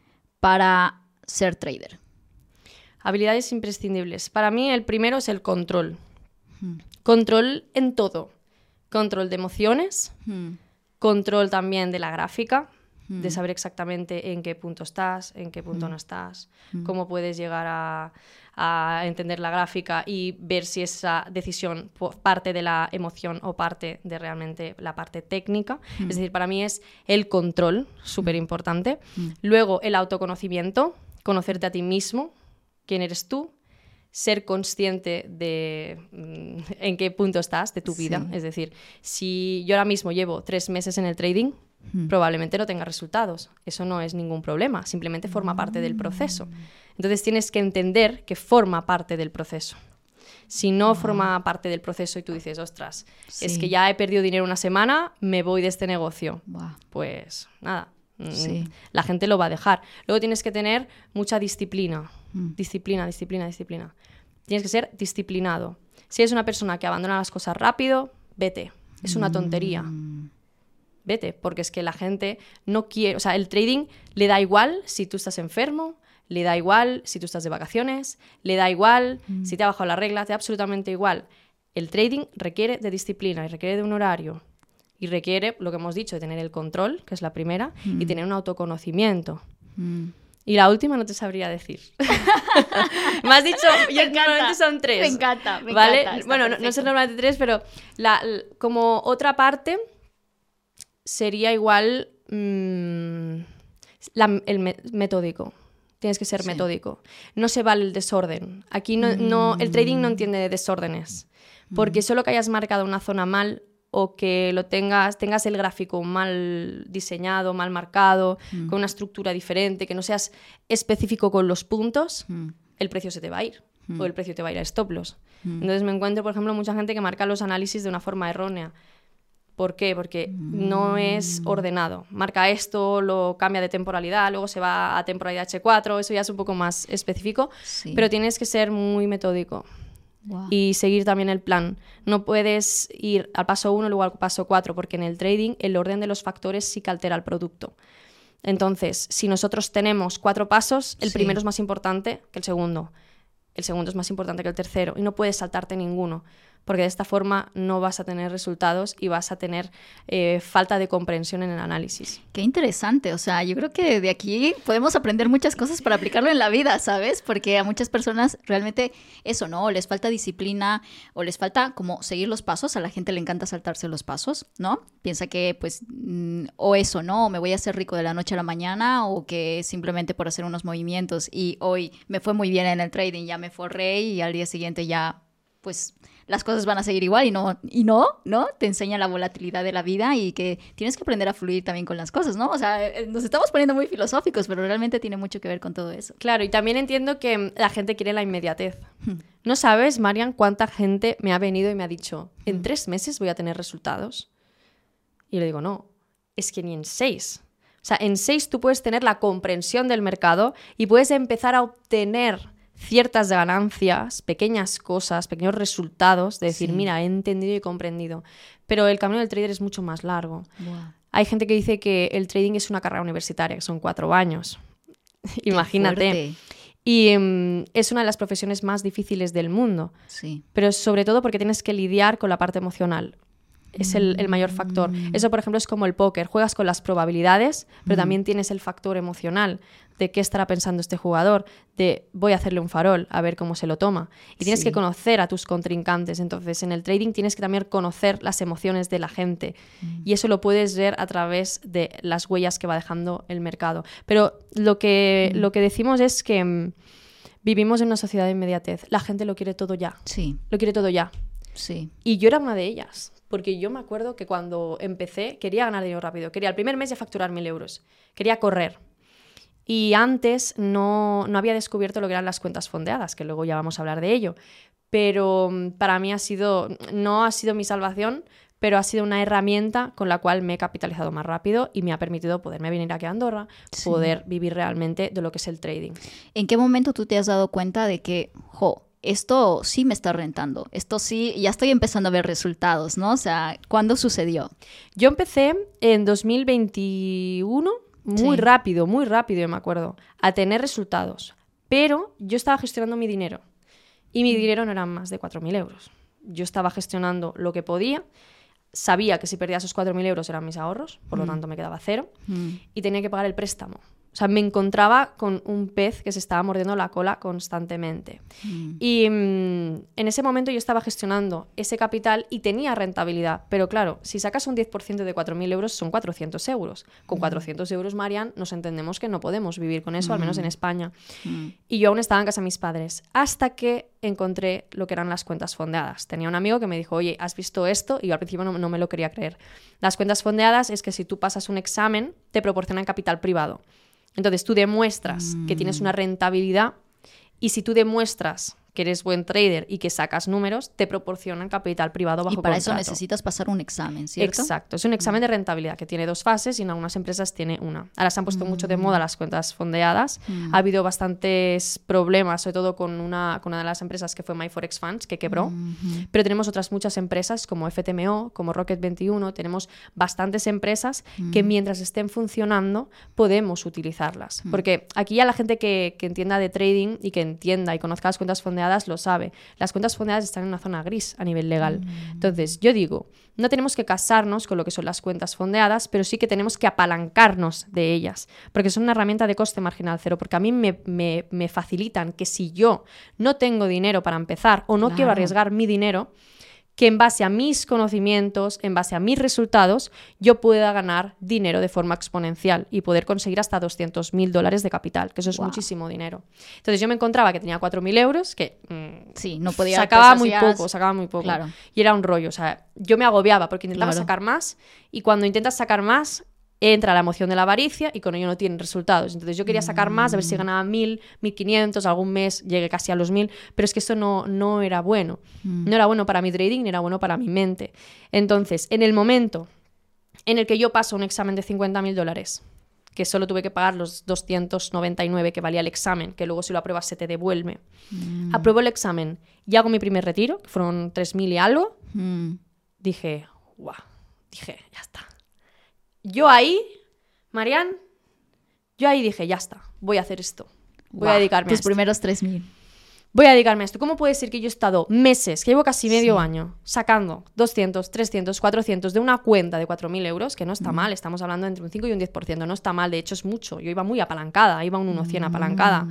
B: para ser trader?
A: Habilidades imprescindibles. Para mí el primero es el control. Hmm. Control en todo. Control de emociones, hmm. control también de la gráfica, mm. de saber exactamente en qué punto estás, en qué punto mm. no estás, mm. cómo puedes llegar a, a entender la gráfica y ver si esa decisión parte de la emoción o parte de realmente la parte técnica. Mm. Es decir, para mí es el control, súper importante. Mm. Luego, el autoconocimiento, conocerte a ti mismo, quién eres tú, ser consciente de mm, en qué punto estás de tu vida.
B: Sí.
A: Es decir, si yo ahora mismo llevo tres meses en el trading, mm. probablemente no tenga resultados. Eso no es ningún problema, simplemente forma parte del proceso. Entonces tienes que entender que forma parte del proceso. Si no wow. forma parte del proceso y tú dices, ostras, sí. es que ya he perdido dinero una semana, me voy de este negocio. Wow. Pues nada, sí. la gente lo va a dejar. Luego tienes que tener mucha disciplina. Mm. Disciplina, disciplina, disciplina. Tienes que ser disciplinado. Si eres una persona que abandona las cosas rápido, vete. Es una tontería. Mm. Vete, porque es que la gente no quiere... O sea, el trading le da igual si tú estás enfermo, le da igual si tú estás de vacaciones, le da igual mm. si te ha bajado la regla, te da absolutamente igual. El trading requiere de disciplina y requiere de un horario. Y requiere, lo que hemos dicho, de tener el control, que es la primera, mm. y tener un autoconocimiento. Mm. Y la última no te sabría decir. Me has dicho, yo normalmente son tres.
B: Me encanta, me
A: ¿vale?
B: encanta.
A: Bueno, no, no son normalmente tres, pero la, la, como otra parte sería igual mmm, la, el me, metódico. Tienes que ser sí. metódico. No se vale el desorden. Aquí no, mm. no, el trading no entiende de desórdenes. Porque mm. solo que hayas marcado una zona mal o que lo tengas, tengas el gráfico mal diseñado, mal marcado, mm. con una estructura diferente, que no seas específico con los puntos, mm. el precio se te va a ir. Mm. O el precio te va a ir a stop loss. Mm. Entonces me encuentro, por ejemplo, mucha gente que marca los análisis de una forma errónea. ¿Por qué? Porque mm. no es ordenado. Marca esto, lo cambia de temporalidad, luego se va a temporalidad hache cuatro, eso ya es un poco más específico, sí. pero tienes que ser muy metódico. Wow. Y seguir también el plan. No puedes ir al paso uno y luego al paso cuatro, porque en el trading el orden de los factores sí que altera el producto. Entonces, si nosotros tenemos cuatro pasos, el sí. primero es más importante que el segundo. El segundo es más importante que el tercero y no puedes saltarte ninguno, porque de esta forma no vas a tener resultados y vas a tener eh, falta de comprensión en el análisis.
B: Qué interesante, o sea, yo creo que de aquí podemos aprender muchas cosas para aplicarlo en la vida, ¿sabes? Porque a muchas personas realmente eso, ¿no? O les falta disciplina o les falta como seguir los pasos, a la gente le encanta saltarse los pasos, ¿no? Piensa que pues mm, o eso, ¿no? O me voy a hacer rico de la noche a la mañana o que simplemente por hacer unos movimientos y hoy me fue muy bien en el trading, ya me forré y al día siguiente ya pues las cosas van a seguir igual y no, y no, ¿no? Te enseña la volatilidad de la vida y que tienes que aprender a fluir también con las cosas, ¿no? O sea, nos estamos poniendo muy filosóficos, pero realmente tiene mucho que ver con todo eso.
A: Claro, y también entiendo que la gente quiere la inmediatez. ¿No sabes, Marian, cuánta gente me ha venido y me ha dicho, en tres meses voy a tener resultados? Y le digo, no, es que ni en seis. O sea, en seis tú puedes tener la comprensión del mercado y puedes empezar a obtener ciertas ganancias, pequeñas cosas, pequeños resultados, de decir, sí. mira, he entendido y comprendido. Pero el camino del trader es mucho más largo. Wow. Hay gente que dice que el trading es una carrera universitaria, que son cuatro años. Imagínate. Y um, es una de las profesiones más difíciles del mundo. Sí. Pero sobre todo porque tienes que lidiar con la parte emocional. Es el, el mayor factor. Eso, por ejemplo, es como el póker. Juegas con las probabilidades, pero mm. también tienes el factor emocional de qué estará pensando este jugador, de voy a hacerle un farol, a ver cómo se lo toma. Y tienes sí. que conocer a tus contrincantes. Entonces, en el trading tienes que también conocer las emociones de la gente. Mm. Y eso lo puedes ver a través de las huellas que va dejando el mercado. Pero lo que, mm. lo que decimos es que mm, vivimos en una sociedad de inmediatez. La gente lo quiere todo ya.
B: Sí.
A: Lo quiere todo ya.
B: Sí.
A: Y yo era una de ellas. Porque yo me acuerdo que cuando empecé quería ganar dinero rápido. Quería el primer mes ya facturar mil euros. Quería correr. Y antes no, no había descubierto lo que eran las cuentas fondeadas, que luego ya vamos a hablar de ello. Pero para mí ha sido, no ha sido mi salvación, pero ha sido una herramienta con la cual me he capitalizado más rápido y me ha permitido poderme venir aquí a Andorra, sí. poder vivir realmente de lo que es el trading.
B: ¿En qué momento tú te has dado cuenta de que, jo, esto sí me está rentando, esto sí, ya estoy empezando a ver resultados, ¿no? O sea, ¿cuándo sucedió?
A: Yo empecé en dos mil veintiuno, muy sí. rápido, muy rápido, me acuerdo, a tener resultados. Pero yo estaba gestionando mi dinero y mi dinero no eran más de cuatro mil euros. Yo estaba gestionando lo que podía, sabía que si perdía esos cuatro mil euros eran mis ahorros, por lo mm. tanto me quedaba cero, mm. y tenía que pagar el préstamo. O sea, me encontraba con un pez que se estaba mordiendo la cola constantemente. Mm. Y mm, en ese momento yo estaba gestionando ese capital y tenía rentabilidad. Pero claro, si sacas un diez por ciento de cuatro mil euros son cuatrocientos euros. Con mm. cuatrocientos euros, Marian, nos entendemos que no podemos vivir con eso, mm. al menos en España. Mm. Y yo aún estaba en casa de mis padres. Hasta que encontré lo que eran las cuentas fondeadas. Tenía un amigo que me dijo, oye, ¿has visto esto? Y yo al principio no, no me lo quería creer. Las cuentas fondeadas es que si tú pasas un examen, te proporcionan capital privado. Entonces tú demuestras mm. que tienes una rentabilidad y si tú demuestras que eres buen trader y que sacas números, te proporcionan capital privado bajo
B: contrato. Y para
A: contrato.
B: Eso necesitas pasar un examen, ¿cierto?
A: Exacto. Es un examen mm. de rentabilidad que tiene dos fases y en algunas empresas tiene una. Ahora se han puesto mm. mucho de moda las cuentas fondeadas. Mm. Ha habido bastantes problemas, sobre todo con una, con una de las empresas que fue MyForex Funds, que quebró. Mm-hmm. Pero tenemos otras muchas empresas como F T M O, como Rocket veintiuno. Tenemos bastantes empresas mm. que mientras estén funcionando podemos utilizarlas. Mm. Porque aquí ya la gente que, que entienda de trading y que entienda y conozca las cuentas fondeadas lo sabe. Las cuentas fondeadas están en una zona gris a nivel legal. Mm. Entonces, yo digo, no tenemos que casarnos con lo que son las cuentas fondeadas, pero sí que tenemos que apalancarnos de ellas, porque son una herramienta de coste marginal cero, porque a mí me, me, me facilitan que si yo no tengo dinero para empezar o no claro. quiero arriesgar mi dinero, que en base a mis conocimientos, en base a mis resultados, yo pueda ganar dinero de forma exponencial y poder conseguir hasta doscientos mil dólares de capital, que eso es wow. muchísimo dinero. Entonces yo me encontraba que tenía cuatro mil euros, que mmm,
B: sí, no podía,
A: sacaba
B: pues,
A: muy
B: hacías...
A: poco, sacaba muy poco.
B: Claro.
A: Y era un rollo, o sea, yo me agobiaba porque intentaba
B: claro.
A: sacar más y cuando intentas sacar más, entra la emoción de la avaricia y con ello no tienen resultados. Entonces yo quería sacar más, a ver si ganaba mil, mil quinientos, algún mes llegué casi a los mil, pero es que eso no, no era bueno. Mm. No era bueno para mi trading, ni era bueno para mi mente. Entonces, en el momento en el que yo paso un examen de cincuenta mil dólares, que solo tuve que pagar los doscientos noventa y nueve que valía el examen, que luego si lo apruebas se te devuelve, mm. apruebo el examen y hago mi primer retiro, que fueron tres mil y algo, mm. dije, guau, dije, ya está. Yo ahí, Marian, yo ahí dije, ya está, voy a hacer esto. Voy wow, a dedicarme
B: tus
A: a esto.
B: Tus primeros tres mil.
A: Voy a dedicarme a esto. ¿Cómo puede ser que yo he estado meses, que llevo casi medio sí. año, sacando doscientos, trescientos, cuatrocientos de una cuenta de cuatro mil euros, que no está mm. mal, estamos hablando entre un cinco y un diez por ciento, no está mal, de hecho es mucho. Yo iba muy apalancada, iba un uno cien mm. apalancada.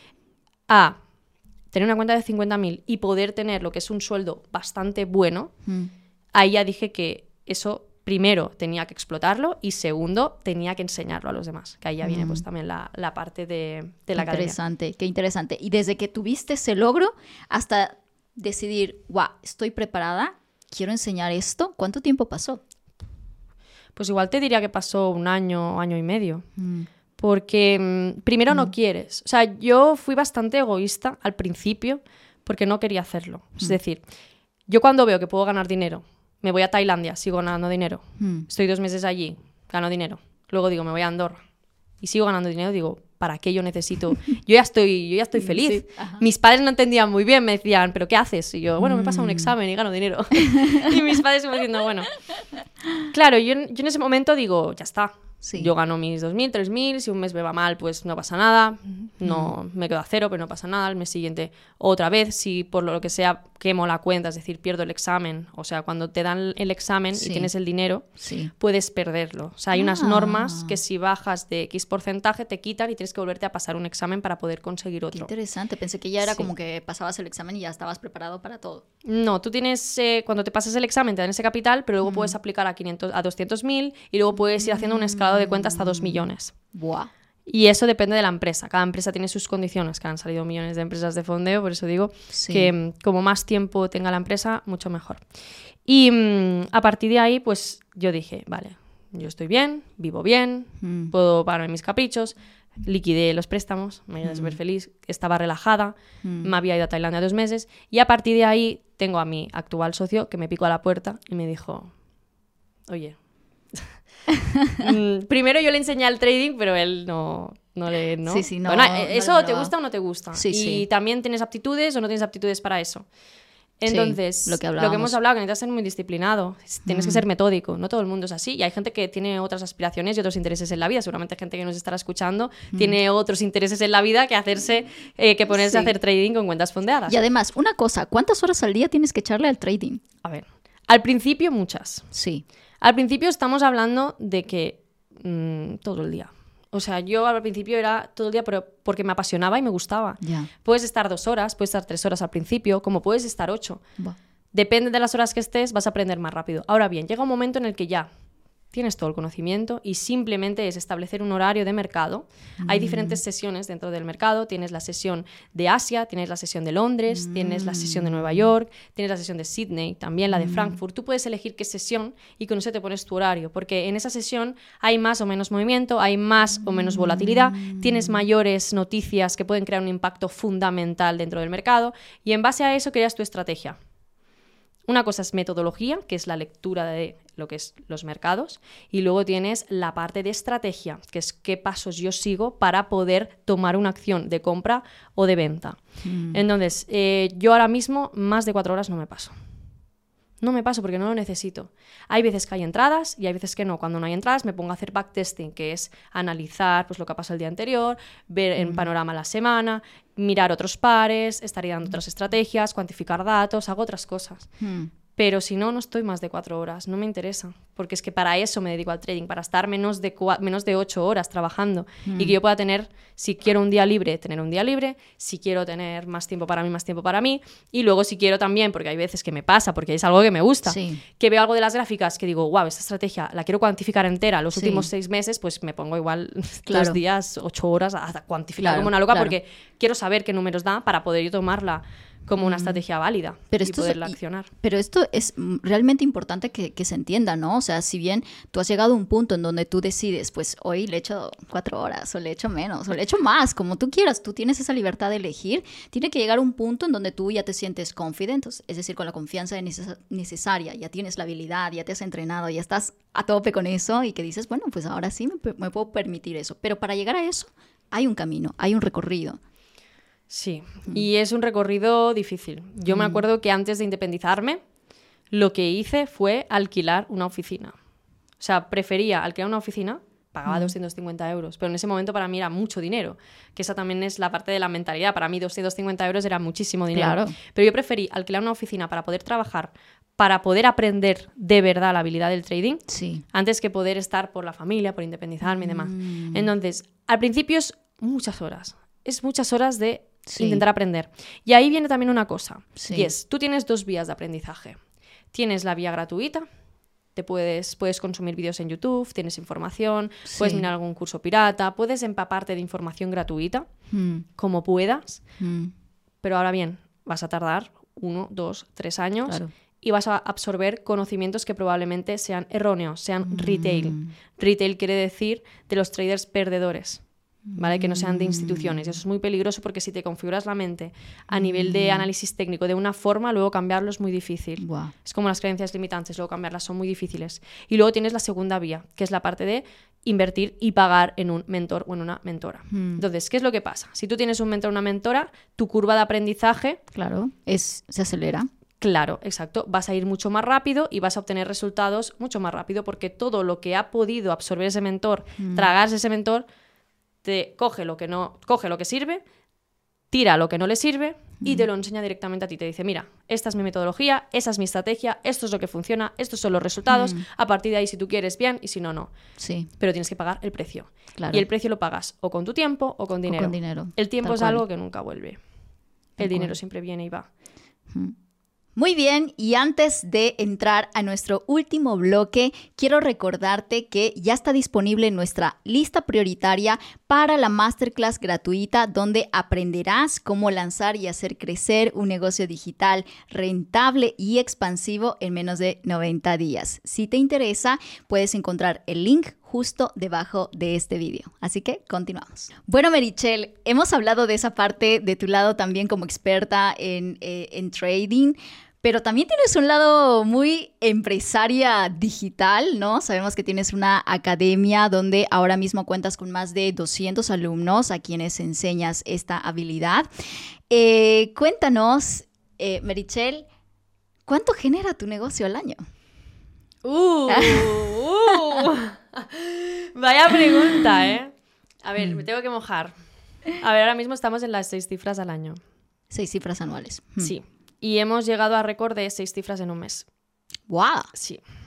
A: A tener una cuenta de cincuenta mil y poder tener lo que es un sueldo bastante bueno, mm. ahí ya dije que eso... Primero, tenía que explotarlo y segundo, tenía que enseñarlo a los demás. Que ahí ya viene mm. pues también la, la parte de, de la academia.
B: Interesante, qué interesante. Y desde que tuviste ese logro hasta decidir, wow, estoy preparada, quiero enseñar esto, ¿cuánto tiempo pasó? Pues igual te diría que pasó un año, año y medio. Mm. Porque mmm, primero mm. no quieres. O sea, yo fui bastante egoísta al principio porque no quería hacerlo. Mm. Es decir, yo cuando veo que puedo ganar dinero, me voy a Tailandia, sigo ganando dinero. Mm. Estoy dos meses allí, gano dinero. Luego digo, me voy a Andorra y sigo ganando dinero. Digo, ¿para qué yo necesito? Yo ya estoy, yo ya estoy feliz. Sí, mis padres no entendían muy bien, me decían, ¿pero qué haces? Y yo, bueno, me pasa un examen y gano dinero. Y mis padres me diciendo, bueno. Claro, yo, yo en ese momento digo, ya está. Sí. Yo gano mis dos mil, tres mil, si un mes me va mal, pues no pasa nada, no mm. me quedo a cero, pero no pasa nada, el mes siguiente otra vez, si por lo que sea quemo la cuenta, es decir, pierdo el examen, o sea, cuando te dan el examen sí. y tienes el dinero, sí. puedes perderlo. O sea, hay ah. unas normas que si bajas de X porcentaje te quitan y tienes que volverte a pasar un examen para poder conseguir otro. Qué interesante, pensé que ya era sí. como que pasabas el examen y ya estabas preparado para todo.
A: No, tú tienes, eh, cuando te pasas el examen te dan ese capital, pero luego mm. puedes aplicar a, quinientos, a doscientos mil y luego puedes ir haciendo un escalado de cuenta hasta dos millones.
B: Buah.
A: Y eso depende de la empresa. Cada empresa tiene sus condiciones, que han salido millones de empresas de fondeo, por eso digo sí. que como más tiempo tenga la empresa, mucho mejor. Y mmm, a partir de ahí, pues yo dije, vale, yo estoy bien, vivo bien, mm. puedo pagarme mis caprichos, liquidé los préstamos, me iba mm. súper feliz, estaba relajada, mm. me había ido a Tailandia dos meses y a partir de ahí tengo a mi actual socio que me picó a la puerta y me dijo, oye... Primero yo le enseñé el trading, pero él no, no le... ¿no?
B: Sí, sí, no,
A: bueno,
B: no
A: ¿eso te gusta o no te gusta?
B: Sí,
A: y
B: sí.
A: también tienes aptitudes o no tienes aptitudes para eso. Entonces,
B: sí, lo, que
A: lo que hemos hablado, que necesitas ser muy disciplinado, tienes mm. que ser metódico, no todo el mundo es así, y hay gente que tiene otras aspiraciones y otros intereses en la vida, seguramente gente que nos estará escuchando mm. tiene otros intereses en la vida que hacerse, eh, que ponerse sí. a hacer trading con cuentas fondeadas.
B: Y además, una cosa, ¿cuántas horas al día tienes que echarle al trading?
A: A ver, al principio muchas.
B: Sí.
A: Al principio estamos hablando de que mmm, todo el día. O sea, yo al principio era todo el día pero porque me apasionaba y me gustaba.
B: Ya.
A: Puedes estar dos horas, puedes estar tres horas al principio, como puedes estar ocho.
B: Buah.
A: Depende de las horas que estés, vas a aprender más rápido. Ahora bien, llega un momento en el que ya tienes todo el conocimiento y simplemente es establecer un horario de mercado. Mm. Hay diferentes sesiones dentro del mercado. Tienes la sesión de Asia, tienes la sesión de Londres, mm. tienes la sesión de Nueva York, tienes la sesión de Sydney, también la de mm. Frankfurt. Tú puedes elegir qué sesión y con eso te pones tu horario, porque en esa sesión hay más o menos movimiento, hay más o menos volatilidad, mm. tienes mayores noticias que pueden crear un impacto fundamental dentro del mercado y en base a eso creas tu estrategia. Una cosa es metodología, que es la lectura de lo que es los mercados, y luego tienes la parte de estrategia, que es qué pasos yo sigo para poder tomar una acción de compra o de venta. Mm. Entonces, eh, yo ahora mismo más de cuatro horas no me paso. No me paso porque no lo necesito. Hay veces que hay entradas y hay veces que no. Cuando no hay entradas me pongo a hacer backtesting, que es analizar pues, lo que ha pasado el día anterior, ver en mm. panorama la semana, mirar otros pares, estar dando otras estrategias, cuantificar datos, hago otras cosas. Mm. Pero si no, no estoy más de cuatro horas, no me interesa, porque es que para eso me dedico al trading, para estar menos de, cua- menos de ocho horas trabajando mm. y que yo pueda tener, si quiero un día libre, tener un día libre, si quiero tener más tiempo para mí, más tiempo para mí, y luego si quiero también, porque hay veces que me pasa, porque es algo que me gusta, sí. que veo algo de las gráficas que digo, wow, esta estrategia la quiero cuantificar entera los sí. últimos seis meses, pues me pongo igual claro. dos días, ocho horas a cuantificar claro, como una loca, claro. porque quiero saber qué números da para poder yo tomarla como una estrategia válida pero y poderla es, accionar.
B: Pero esto es realmente importante que, que se entienda, ¿no? O sea, si bien tú has llegado a un punto en donde tú decides, pues hoy le echo cuatro horas, o le echo menos, o le echo más, como tú quieras, tú tienes esa libertad de elegir, tiene que llegar a un punto en donde tú ya te sientes confident, es decir, con la confianza neces- necesaria, ya tienes la habilidad, ya te has entrenado, ya estás a tope con eso y que dices, bueno, pues ahora sí me, me puedo permitir eso. Pero para llegar a eso hay un camino, hay un recorrido.
A: Sí, y es un recorrido difícil. Yo mm. me acuerdo que antes de independizarme, lo que hice fue alquilar una oficina. O sea, prefería alquilar una oficina, pagaba mm. doscientos cincuenta euros, pero en ese momento para mí era mucho dinero, que esa también es la parte de la mentalidad. Para mí doscientos cincuenta euros era muchísimo dinero. Claro. Pero yo preferí alquilar una oficina para poder trabajar, para poder aprender de verdad la habilidad del trading, sí. antes que poder estar por la familia, por independizarme mm. y demás. Entonces, al principio es muchas horas. Es muchas horas de sí. intentar aprender. Y ahí viene también una cosa. Sí. Y es, tú tienes dos vías de aprendizaje. Tienes la vía gratuita, te puedes, puedes consumir vídeos en YouTube, tienes información, sí. puedes mirar algún curso pirata, puedes empaparte de información gratuita, mm. como puedas. Mm. Pero ahora bien, vas a tardar uno, dos, tres años claro. y vas a absorber conocimientos que probablemente sean erróneos, sean mm. retail. Retail quiere decir de los traders perdedores. ¿Vale? Que no sean de instituciones. Y eso es muy peligroso porque si te configuras la mente a nivel de análisis técnico de una forma, luego cambiarlo es muy difícil. Wow. Es como las creencias limitantes, luego cambiarlas son muy difíciles. Y luego tienes la segunda vía, que es la parte de invertir y pagar en un mentor o en una mentora. Mm. Entonces, ¿qué es lo que pasa? Si tú tienes un mentor o una mentora, tu curva de aprendizaje...
B: Claro, es, se acelera.
A: Claro, exacto. Vas a ir mucho más rápido y vas a obtener resultados mucho más rápido porque todo lo que ha podido absorber ese mentor, mm. tragarse ese mentor... te coge lo que no coge lo que sirve, tira lo que no le sirve y te lo enseña directamente a ti. Te dice, mira, esta es mi metodología, esa es mi estrategia, esto es lo que funciona, estos son los resultados, mm. a partir de ahí si tú quieres bien y si no, no. Sí. Pero tienes que pagar el precio. Claro. Y el precio lo pagas o con tu tiempo o con dinero.
B: O con dinero.
A: El tiempo
B: Tal
A: es
B: cual.
A: algo que nunca vuelve. Tal el dinero cual. Siempre viene y va.
B: Mm. Muy bien, y antes de entrar a nuestro último bloque, quiero recordarte que ya está disponible nuestra lista prioritaria para la masterclass gratuita donde aprenderás cómo lanzar y hacer crecer un negocio digital rentable y expansivo en menos de noventa días. Si te interesa, puedes encontrar el link justo debajo de este video. Así que continuamos. Bueno, Meritxell, hemos hablado de esa parte de tu lado también como experta en, eh, en trading, pero también tienes un lado muy empresaria digital, ¿no? Sabemos que tienes una academia donde ahora mismo cuentas con más de doscientos alumnos a quienes enseñas esta habilidad. Eh, cuéntanos, eh, Meritxell, ¿cuánto genera tu negocio al año?
A: Uh, uh. Vaya pregunta, ¿eh? A ver, me tengo que mojar. A ver, ahora mismo estamos en las seis cifras al año.
B: Seis cifras anuales.
A: Sí. Y hemos llegado a récord de seis cifras en un mes.
B: ¡Guau!
A: Sí.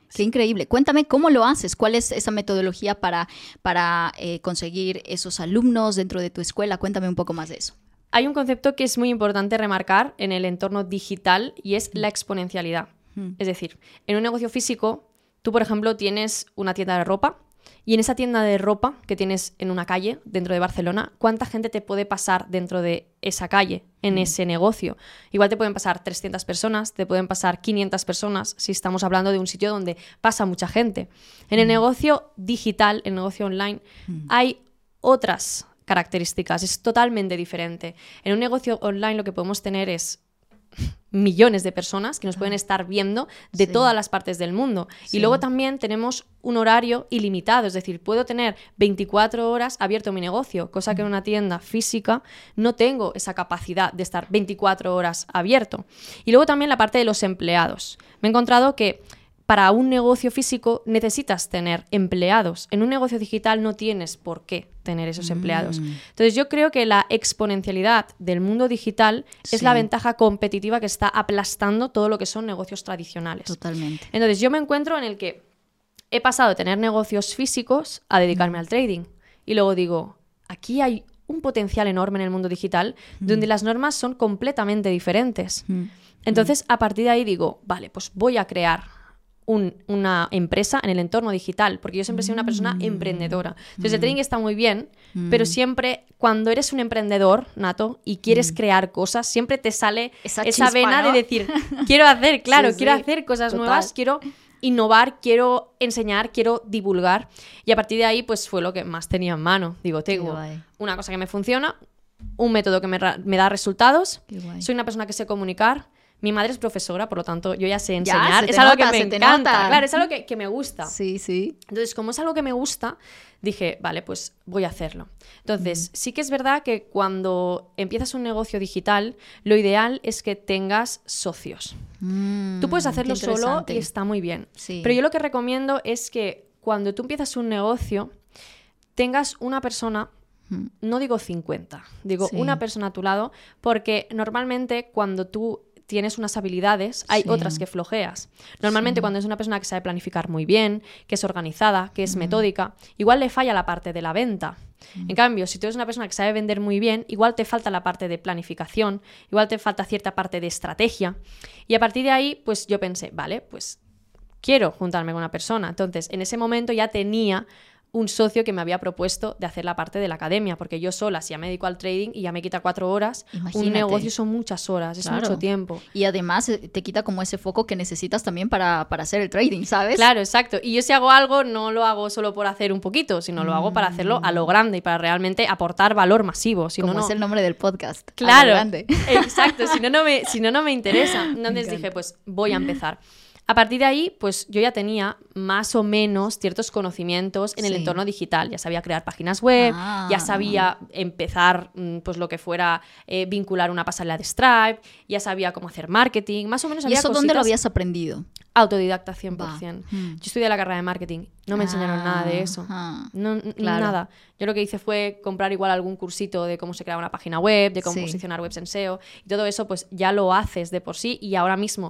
B: Qué increíble. Cuéntame cómo lo haces, cuál es esa metodología para, para eh, conseguir esos alumnos dentro de tu escuela. Cuéntame un poco más de eso.
A: Hay un concepto que es muy importante remarcar en el entorno digital y es la exponencialidad. Mm. Es decir, en un negocio físico, tú, por ejemplo, tienes una tienda de ropa y en esa tienda de ropa que tienes en una calle dentro de Barcelona, ¿cuánta gente te puede pasar dentro de esa calle, en mm. ese negocio? Igual te pueden pasar trescientas personas, te pueden pasar quinientas personas, si estamos hablando de un sitio donde pasa mucha gente. En mm. el negocio digital, el negocio online, mm. hay otras características, es totalmente diferente. En un negocio online lo que podemos tener es millones de personas que nos pueden estar viendo de sí. todas las partes del mundo. Sí. Y luego también tenemos un horario ilimitado, es decir, puedo tener veinticuatro horas abierto mi negocio, cosa que en una tienda física no tengo esa capacidad de estar veinticuatro horas abierto. Y luego también la parte de los empleados. Me he encontrado que para un negocio físico necesitas tener empleados. En un negocio digital no tienes por qué tener esos empleados. Mm. Entonces yo creo que la exponencialidad del mundo digital sí. es la ventaja competitiva que está aplastando todo lo que son negocios tradicionales.
B: Totalmente.
A: Entonces yo me encuentro en el que he pasado de tener negocios físicos a dedicarme mm. al trading. Y luego digo, aquí hay un potencial enorme en el mundo digital mm. donde las normas son completamente diferentes. Mm. Entonces a partir de ahí digo, vale, pues voy a crear Un, una empresa en el entorno digital, porque yo siempre he sido una persona mm. emprendedora. Entonces mm. el trading está muy bien, mm. pero siempre cuando eres un emprendedor nato y quieres mm. crear cosas, siempre te sale esa, esa chispa, vena, ¿no? De decir, quiero hacer, claro, sí, quiero sí. hacer cosas Total. nuevas, quiero innovar, quiero enseñar, quiero divulgar. Y a partir de ahí, pues fue lo que más tenía en mano. Digo, tengo una cosa que me funciona, un método que me, me da resultados, soy una persona que sé comunicar. Mi madre es profesora, por lo tanto, yo ya sé enseñar.
B: Ya,
A: es algo
B: nota,
A: que me encanta. Claro, es algo que, que me gusta.
B: Sí, sí.
A: Entonces, como es algo que me gusta, dije, vale, pues voy a hacerlo. Entonces, mm. sí que es verdad que cuando empiezas un negocio digital, lo ideal es que tengas socios. Mm, Tú puedes hacerlo solo y está muy bien. Sí. Pero yo lo que recomiendo es que cuando tú empiezas un negocio, tengas una persona... No digo cincuenta, digo sí. una persona a tu lado, porque normalmente cuando tú tienes unas habilidades, hay sí. otras que flojeas. Normalmente sí. cuando es una persona que sabe planificar muy bien, que es organizada, que es mm. metódica, igual le falla la parte de la venta. Mm. En cambio, si tú eres una persona que sabe vender muy bien, igual te falta la parte de planificación, igual te falta cierta parte de estrategia. Y a partir de ahí, pues yo pensé, vale, pues quiero juntarme con una persona. Entonces, en ese momento ya tenía un socio que me había propuesto de hacer la parte de la academia, porque yo sola, si ya me dedico al trading y ya me quita cuatro horas, Imagínate. Un negocio son muchas horas, claro. es mucho tiempo.
B: Y además te quita como ese foco que necesitas también para, para hacer el trading, ¿sabes?
A: Claro, exacto. Y yo si hago algo, no lo hago solo por hacer un poquito, sino mm. lo hago para hacerlo a lo grande y para realmente aportar valor masivo. Si
B: como
A: no,
B: es
A: no...
B: el nombre del podcast.
A: Claro,
B: a lo grande.
A: Exacto. Si no, no me, si no, no me interesa. Entonces dije, pues voy a empezar. A partir de ahí, pues yo ya tenía más o menos ciertos conocimientos en el sí. entorno digital. Ya sabía crear páginas web, ah. ya sabía empezar pues lo que fuera eh, vincular una pasarela de Stripe, ya sabía cómo hacer marketing, más o menos
B: ¿Y
A: había
B: eso
A: cositas...
B: dónde lo habías aprendido?
A: Autodidacta cien por ciento. Hmm. Yo estudié la carrera de marketing, no me enseñaron ah, nada de eso.
B: Ah,
A: no,
B: claro.
A: Nada. Yo lo que hice fue comprar igual algún cursito de cómo se crea una página web, de cómo
B: sí.
A: posicionar webs en S E O, y todo eso pues ya lo haces de por sí, y ahora mismo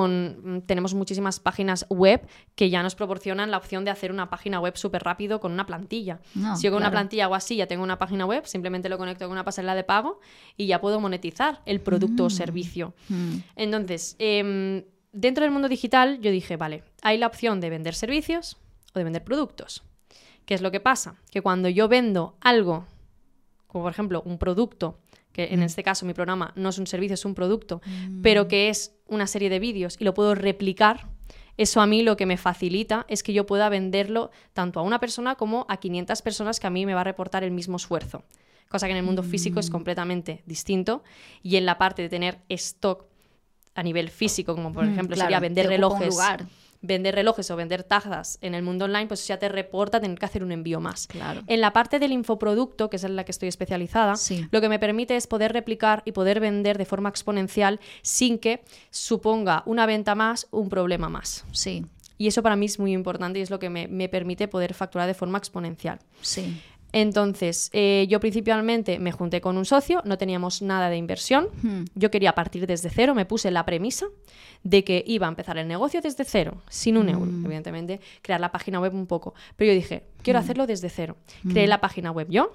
A: con tenemos muchísimas páginas web que ya nos proporcionan la opción de hacer una página web súper rápido con una plantilla. No, si yo con claro. una plantilla hago así, ya tengo una página web, simplemente lo conecto con una pasarela de pago y ya puedo monetizar el producto mm. o servicio. Mm. Entonces, eh, dentro del mundo digital yo dije, vale, hay la opción de vender servicios o de vender productos. ¿Qué es lo que pasa? Que cuando yo vendo algo, como por ejemplo un producto, que en este caso mi programa no es un servicio, es un producto, mm. pero que es una serie de vídeos y lo puedo replicar, eso a mí lo que me facilita es que yo pueda venderlo tanto a una persona como a quinientas personas que a mí me va a reportar el mismo esfuerzo. Cosa que en el mundo mm. físico es completamente distinto. Y en la parte de tener stock a nivel físico, como por ejemplo mm, claro, sería vender relojes, vender relojes o vender tazas en el mundo online, pues eso ya te reporta tener que hacer un envío más.
B: Claro.
A: En la parte del infoproducto, que es en la que estoy especializada,
B: sí.
A: lo que me permite es poder replicar y poder vender de forma exponencial sin que suponga una venta más, un problema más.
B: Sí.
A: Y eso para mí es muy importante y es lo que me, me permite poder facturar de forma exponencial.
B: Sí.
A: Entonces, eh, yo principalmente me junté con un socio, no teníamos nada de inversión, mm. yo quería partir desde cero, me puse la premisa de que iba a empezar el negocio desde cero, sin un mm. euro, evidentemente, crear la página web un poco, pero yo dije, quiero mm. hacerlo desde cero. Creé mm. la página web yo.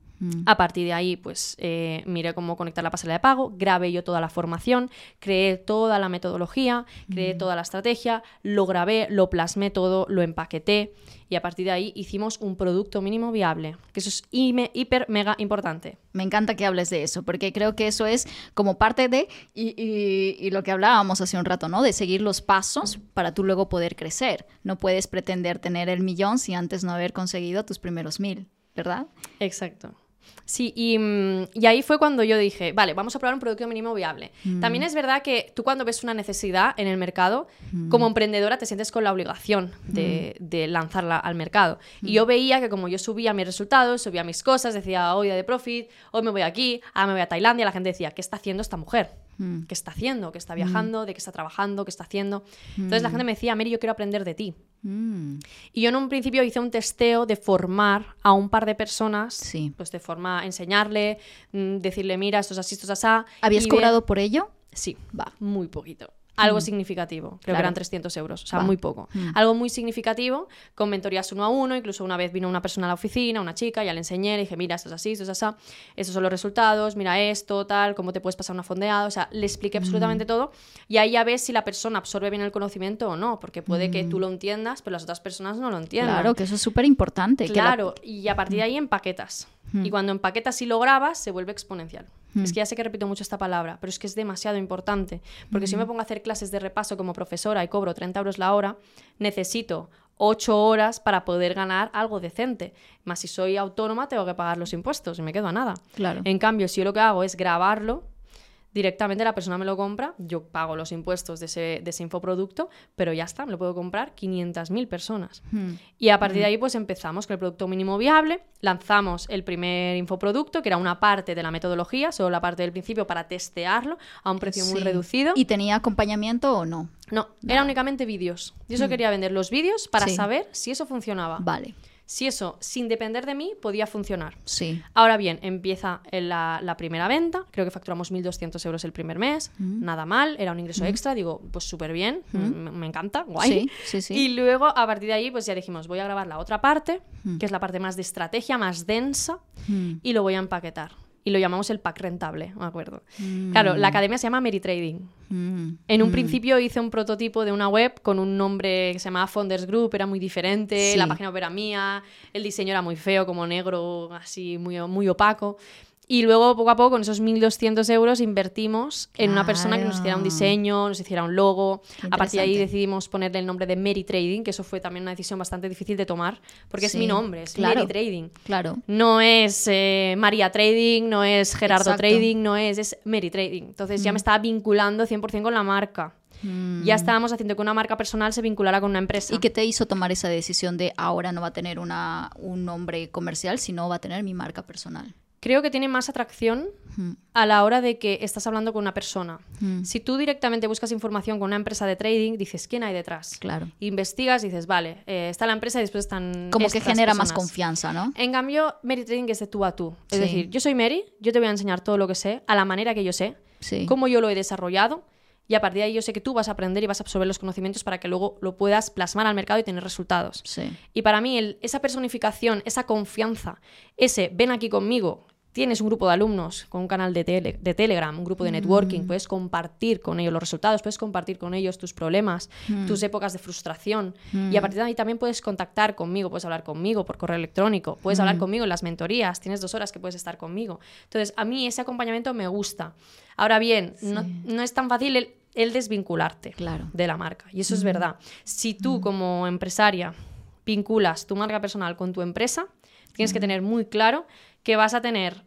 A: A partir de ahí, pues eh, miré cómo conectar la pasarela de pago, grabé yo toda la formación, creé toda la metodología, creé mm. toda la estrategia, lo grabé, lo plasmé todo, lo empaqueté y a partir de ahí hicimos un producto mínimo viable, que eso es hiper, mega importante.
B: Me encanta que hables de eso, porque creo que eso es como parte de, y, y, y lo que hablábamos hace un rato, ¿no? De seguir los pasos para tú luego poder crecer. No puedes pretender tener el millón si antes no haber conseguido tus primeros mil, ¿verdad?
A: Exacto. Sí, y, y ahí fue cuando yo dije, vale, vamos a probar un producto mínimo viable. Mm. También es verdad que tú cuando ves una necesidad en el mercado, mm. como emprendedora te sientes con la obligación de, mm. de lanzarla al mercado. Mm. Y yo veía que como yo subía mis resultados, subía mis cosas, decía, hoy día de profit, hoy me voy aquí, ahora me voy a Tailandia, la gente decía, ¿qué está haciendo esta mujer? Mm. ¿Qué está haciendo? ¿Qué está viajando? Mm. ¿De qué está trabajando? ¿Qué está haciendo? Mm. Entonces la gente me decía, Mary, yo quiero aprender de ti. Mm. Y yo en un principio hice un testeo de formar a un par de personas, sí. pues de forma, enseñarle, decirle, mira, esto es así, esto es así.
B: ¿Habías cobrado por ello?
A: Sí, va, muy poquito. Algo mm. significativo, creo claro. que eran trescientos euros, o sea, Va. muy poco. Mm. Algo muy significativo, con mentorías uno a uno, incluso una vez vino una persona a la oficina, una chica, ya le enseñé, le dije, mira, esto es así, esto es así, estos son los resultados, mira esto, tal, cómo te puedes pasar una fondeada, o sea, le expliqué mm. absolutamente todo y ahí ya ves si la persona absorbe bien el conocimiento o no, porque puede mm. que tú lo entiendas, pero las otras personas no lo entiendan.
B: Claro, que eso es súper importante.
A: Claro, la... y a partir de ahí empaquetas. Mm. Y cuando empaquetas y lo grabas, se vuelve exponencial. Mm. Es que ya sé que repito mucho esta palabra, pero es que es demasiado importante. Porque mm. si yo me pongo a hacer clases de repaso como profesora y cobro treinta euros la hora, necesito ocho horas para poder ganar algo decente. Más si soy autónoma, tengo que pagar los impuestos y me quedo a nada.
B: Claro.
A: En cambio, si yo lo que hago es grabarlo, directamente la persona me lo compra, yo pago los impuestos de ese, de ese infoproducto, pero ya está, me lo puedo comprar quinientas mil personas. Hmm. Y a partir hmm. de ahí pues empezamos con el producto mínimo viable, lanzamos el primer infoproducto, que era una parte de la metodología, solo la parte del principio para testearlo a un precio sí. muy reducido.
B: ¿Y tenía acompañamiento o no?
A: No, no. Era únicamente vídeos. Yo solo hmm. quería vender los vídeos para sí. saber si eso funcionaba.
B: Vale.
A: Si eso, sin depender de mí, podía funcionar.
B: Sí.
A: Ahora bien, empieza la, la primera venta. Creo que facturamos mil doscientos euros el primer mes. Mm. Nada mal, era un ingreso mm. extra. Digo, pues súper bien, mm. me, me encanta, guay.
B: Sí, sí, sí.
A: Y luego, a partir de ahí, pues ya dijimos, voy a grabar la otra parte, mm. que es la parte más de estrategia, más densa, mm. y lo voy a empaquetar. Y lo llamamos el pack rentable, me acuerdo. Mm. Claro, la academia se llama Mary Trading. Mm. En un mm. principio hice un prototipo de una web con un nombre que se llamaba Founders Group, era muy diferente, sí. la página web era mía, el diseño era muy feo, como negro, así muy, muy opaco. Y luego, poco a poco, con esos mil doscientos euros invertimos en claro. una persona que nos hiciera un diseño, nos hiciera un logo. A partir de ahí decidimos ponerle el nombre de Mary Trading, que eso fue también una decisión bastante difícil de tomar, porque sí. es mi nombre, es claro. Mary Trading.
B: Claro.
A: No es eh, María Trading, no es Gerardo Exacto. Trading, no es, es Mary Trading. Entonces mm. ya me estaba vinculando cien por ciento con la marca. Mm. Ya estábamos haciendo que una marca personal se vinculara con una empresa.
B: ¿Y qué te hizo tomar esa decisión de ahora no va a tener una, un nombre comercial, sino va a tener mi marca personal?
A: Creo que tiene más atracción mm. a la hora de que estás hablando con una persona. Mm. Si tú directamente buscas información con una empresa de trading, dices, ¿quién hay detrás?
B: Claro.
A: Investigas y dices, vale, eh, está la empresa y después están
B: como
A: estas
B: que genera
A: personas.
B: Más confianza, ¿no?
A: En cambio, Mary Trading es de tú a tú. Es
B: sí.
A: decir, yo soy Mary, yo te voy a enseñar todo lo que sé, a la manera que yo sé,
B: sí.
A: cómo yo lo he desarrollado, y a partir de ahí yo sé que tú vas a aprender y vas a absorber los conocimientos para que luego lo puedas plasmar al mercado y tener resultados.
B: Sí.
A: Y para mí, el, esa personificación, esa confianza, ese ven aquí conmigo, tienes un grupo de alumnos con un canal de, tele, de Telegram, un grupo de networking, mm. puedes compartir con ellos los resultados, puedes compartir con ellos tus problemas, mm. tus épocas de frustración mm. y a partir de ahí también puedes contactar conmigo, puedes hablar conmigo por correo electrónico, puedes mm. hablar conmigo en las mentorías, tienes dos horas que puedes estar conmigo. Entonces, a mí ese acompañamiento me gusta. Ahora bien, sí. no, no es tan fácil el, el desvincularte
B: claro.
A: de la marca y eso mm. es verdad. Si tú
B: mm.
A: como empresaria vinculas tu marca personal con tu empresa, tienes mm. que tener muy claro que vas a tener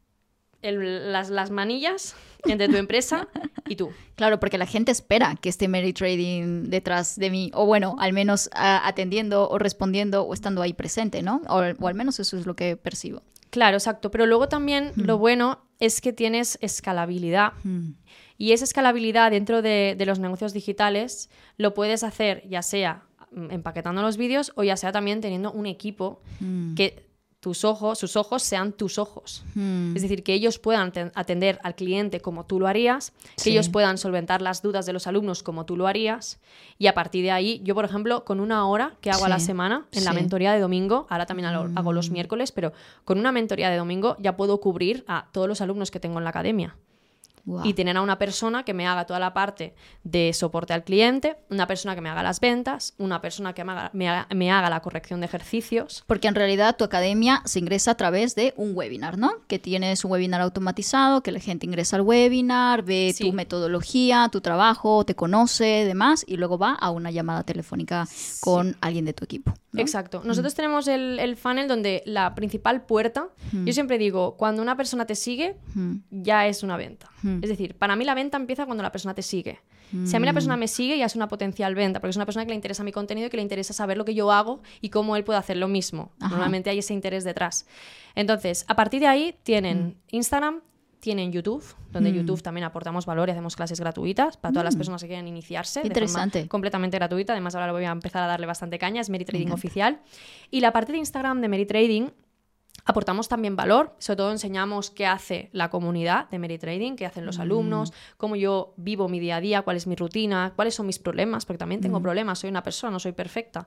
A: el, las, las manillas entre tu empresa y tú.
B: Claro, porque la gente espera que esté Mary Trading detrás de mí, o bueno, al menos a, atendiendo o respondiendo o estando ahí presente, ¿no? O, o al menos eso es lo que percibo.
A: Claro, exacto. Pero luego también mm. lo bueno es que tienes escalabilidad. Mm. Y esa escalabilidad dentro de, de los negocios digitales lo puedes hacer ya sea empaquetando los vídeos o ya sea también teniendo un equipo mm. que tus ojos, sus ojos sean tus ojos.
B: Mm.
A: Es decir, que ellos puedan atender al cliente como tú lo harías, que
B: Sí.
A: ellos puedan solventar las dudas de los alumnos como tú lo harías, y a partir de ahí, yo por ejemplo, con una hora que hago
B: Sí.
A: a la semana en la
B: Sí.
A: mentoría de domingo, ahora también hago,
B: Mm.
A: hago los miércoles, pero con una mentoría de domingo ya puedo cubrir a todos los alumnos que tengo en la academia.
B: Wow.
A: Y tener a una persona que me haga toda la parte de soporte al cliente, una persona que me haga las ventas, una persona que me haga, me haga, me haga la corrección de ejercicios.
B: Porque en realidad tu academia se ingresa a través de un webinar, ¿no? Que tienes un webinar automatizado, que la gente ingresa al webinar, ve
A: Sí.
B: tu metodología, tu trabajo, te conoce, demás, y luego va a una llamada telefónica con alguien de tu equipo, ¿no?
A: Exacto. Nosotros tenemos el, el funnel donde la principal puerta,
B: Mm.
A: yo siempre digo, cuando una persona te sigue,
B: Mm.
A: ya es una venta.
B: Mm.
A: Es decir, para mí la venta empieza cuando la persona te sigue. Si a mí la persona me sigue, ya es una potencial venta, porque es una persona que le interesa mi contenido y que le interesa saber lo que yo hago y cómo él puede hacer lo mismo.
B: Ajá.
A: Normalmente hay ese interés detrás. Entonces, a partir de ahí tienen Instagram, tienen YouTube, donde
B: Mm.
A: YouTube también aportamos valor y hacemos clases gratuitas para todas las personas que quieran iniciarse.
B: Qué
A: de forma
B: interesante.
A: completamente gratuita. Además, ahora lo voy a empezar a darle bastante caña. Es Meritrading
B: encanta.
A: Oficial. Y la parte de Instagram de Meritrading aportamos también valor, sobre todo enseñamos qué hace la comunidad de Meritrading, qué hacen los
B: Mm.
A: alumnos, cómo yo vivo mi día a día, cuál es mi rutina, cuáles son mis problemas, porque también tengo
B: Mm.
A: problemas, soy una persona, no soy perfecta.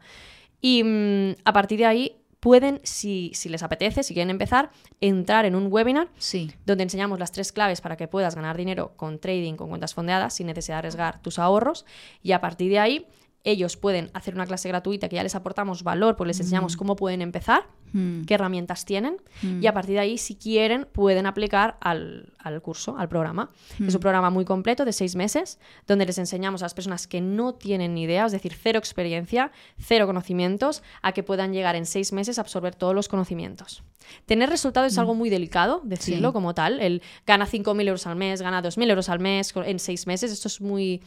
A: Y mm, a partir de ahí pueden, si, si les apetece, si quieren empezar, entrar en un webinar
B: Sí.
A: donde enseñamos las tres claves para que puedas ganar dinero con trading, con cuentas fondeadas, sin necesidad de arriesgar tus ahorros. Y a partir de ahí, ellos pueden hacer una clase gratuita que ya les aportamos valor, pues les enseñamos cómo pueden empezar,
B: Mm.
A: qué herramientas tienen,
B: Mm.
A: y a partir de ahí, si quieren, pueden aplicar al, al curso, al programa.
B: Mm.
A: Es un programa muy completo de seis meses, donde les enseñamos a las personas que no tienen ni idea, es decir, cero experiencia, cero conocimientos, a que puedan llegar en seis meses a absorber todos los conocimientos. Tener resultados es algo muy delicado, decirlo
B: Sí.
A: como tal. El gana cinco mil euros al mes, gana dos mil euros al mes en seis meses. Esto es muy...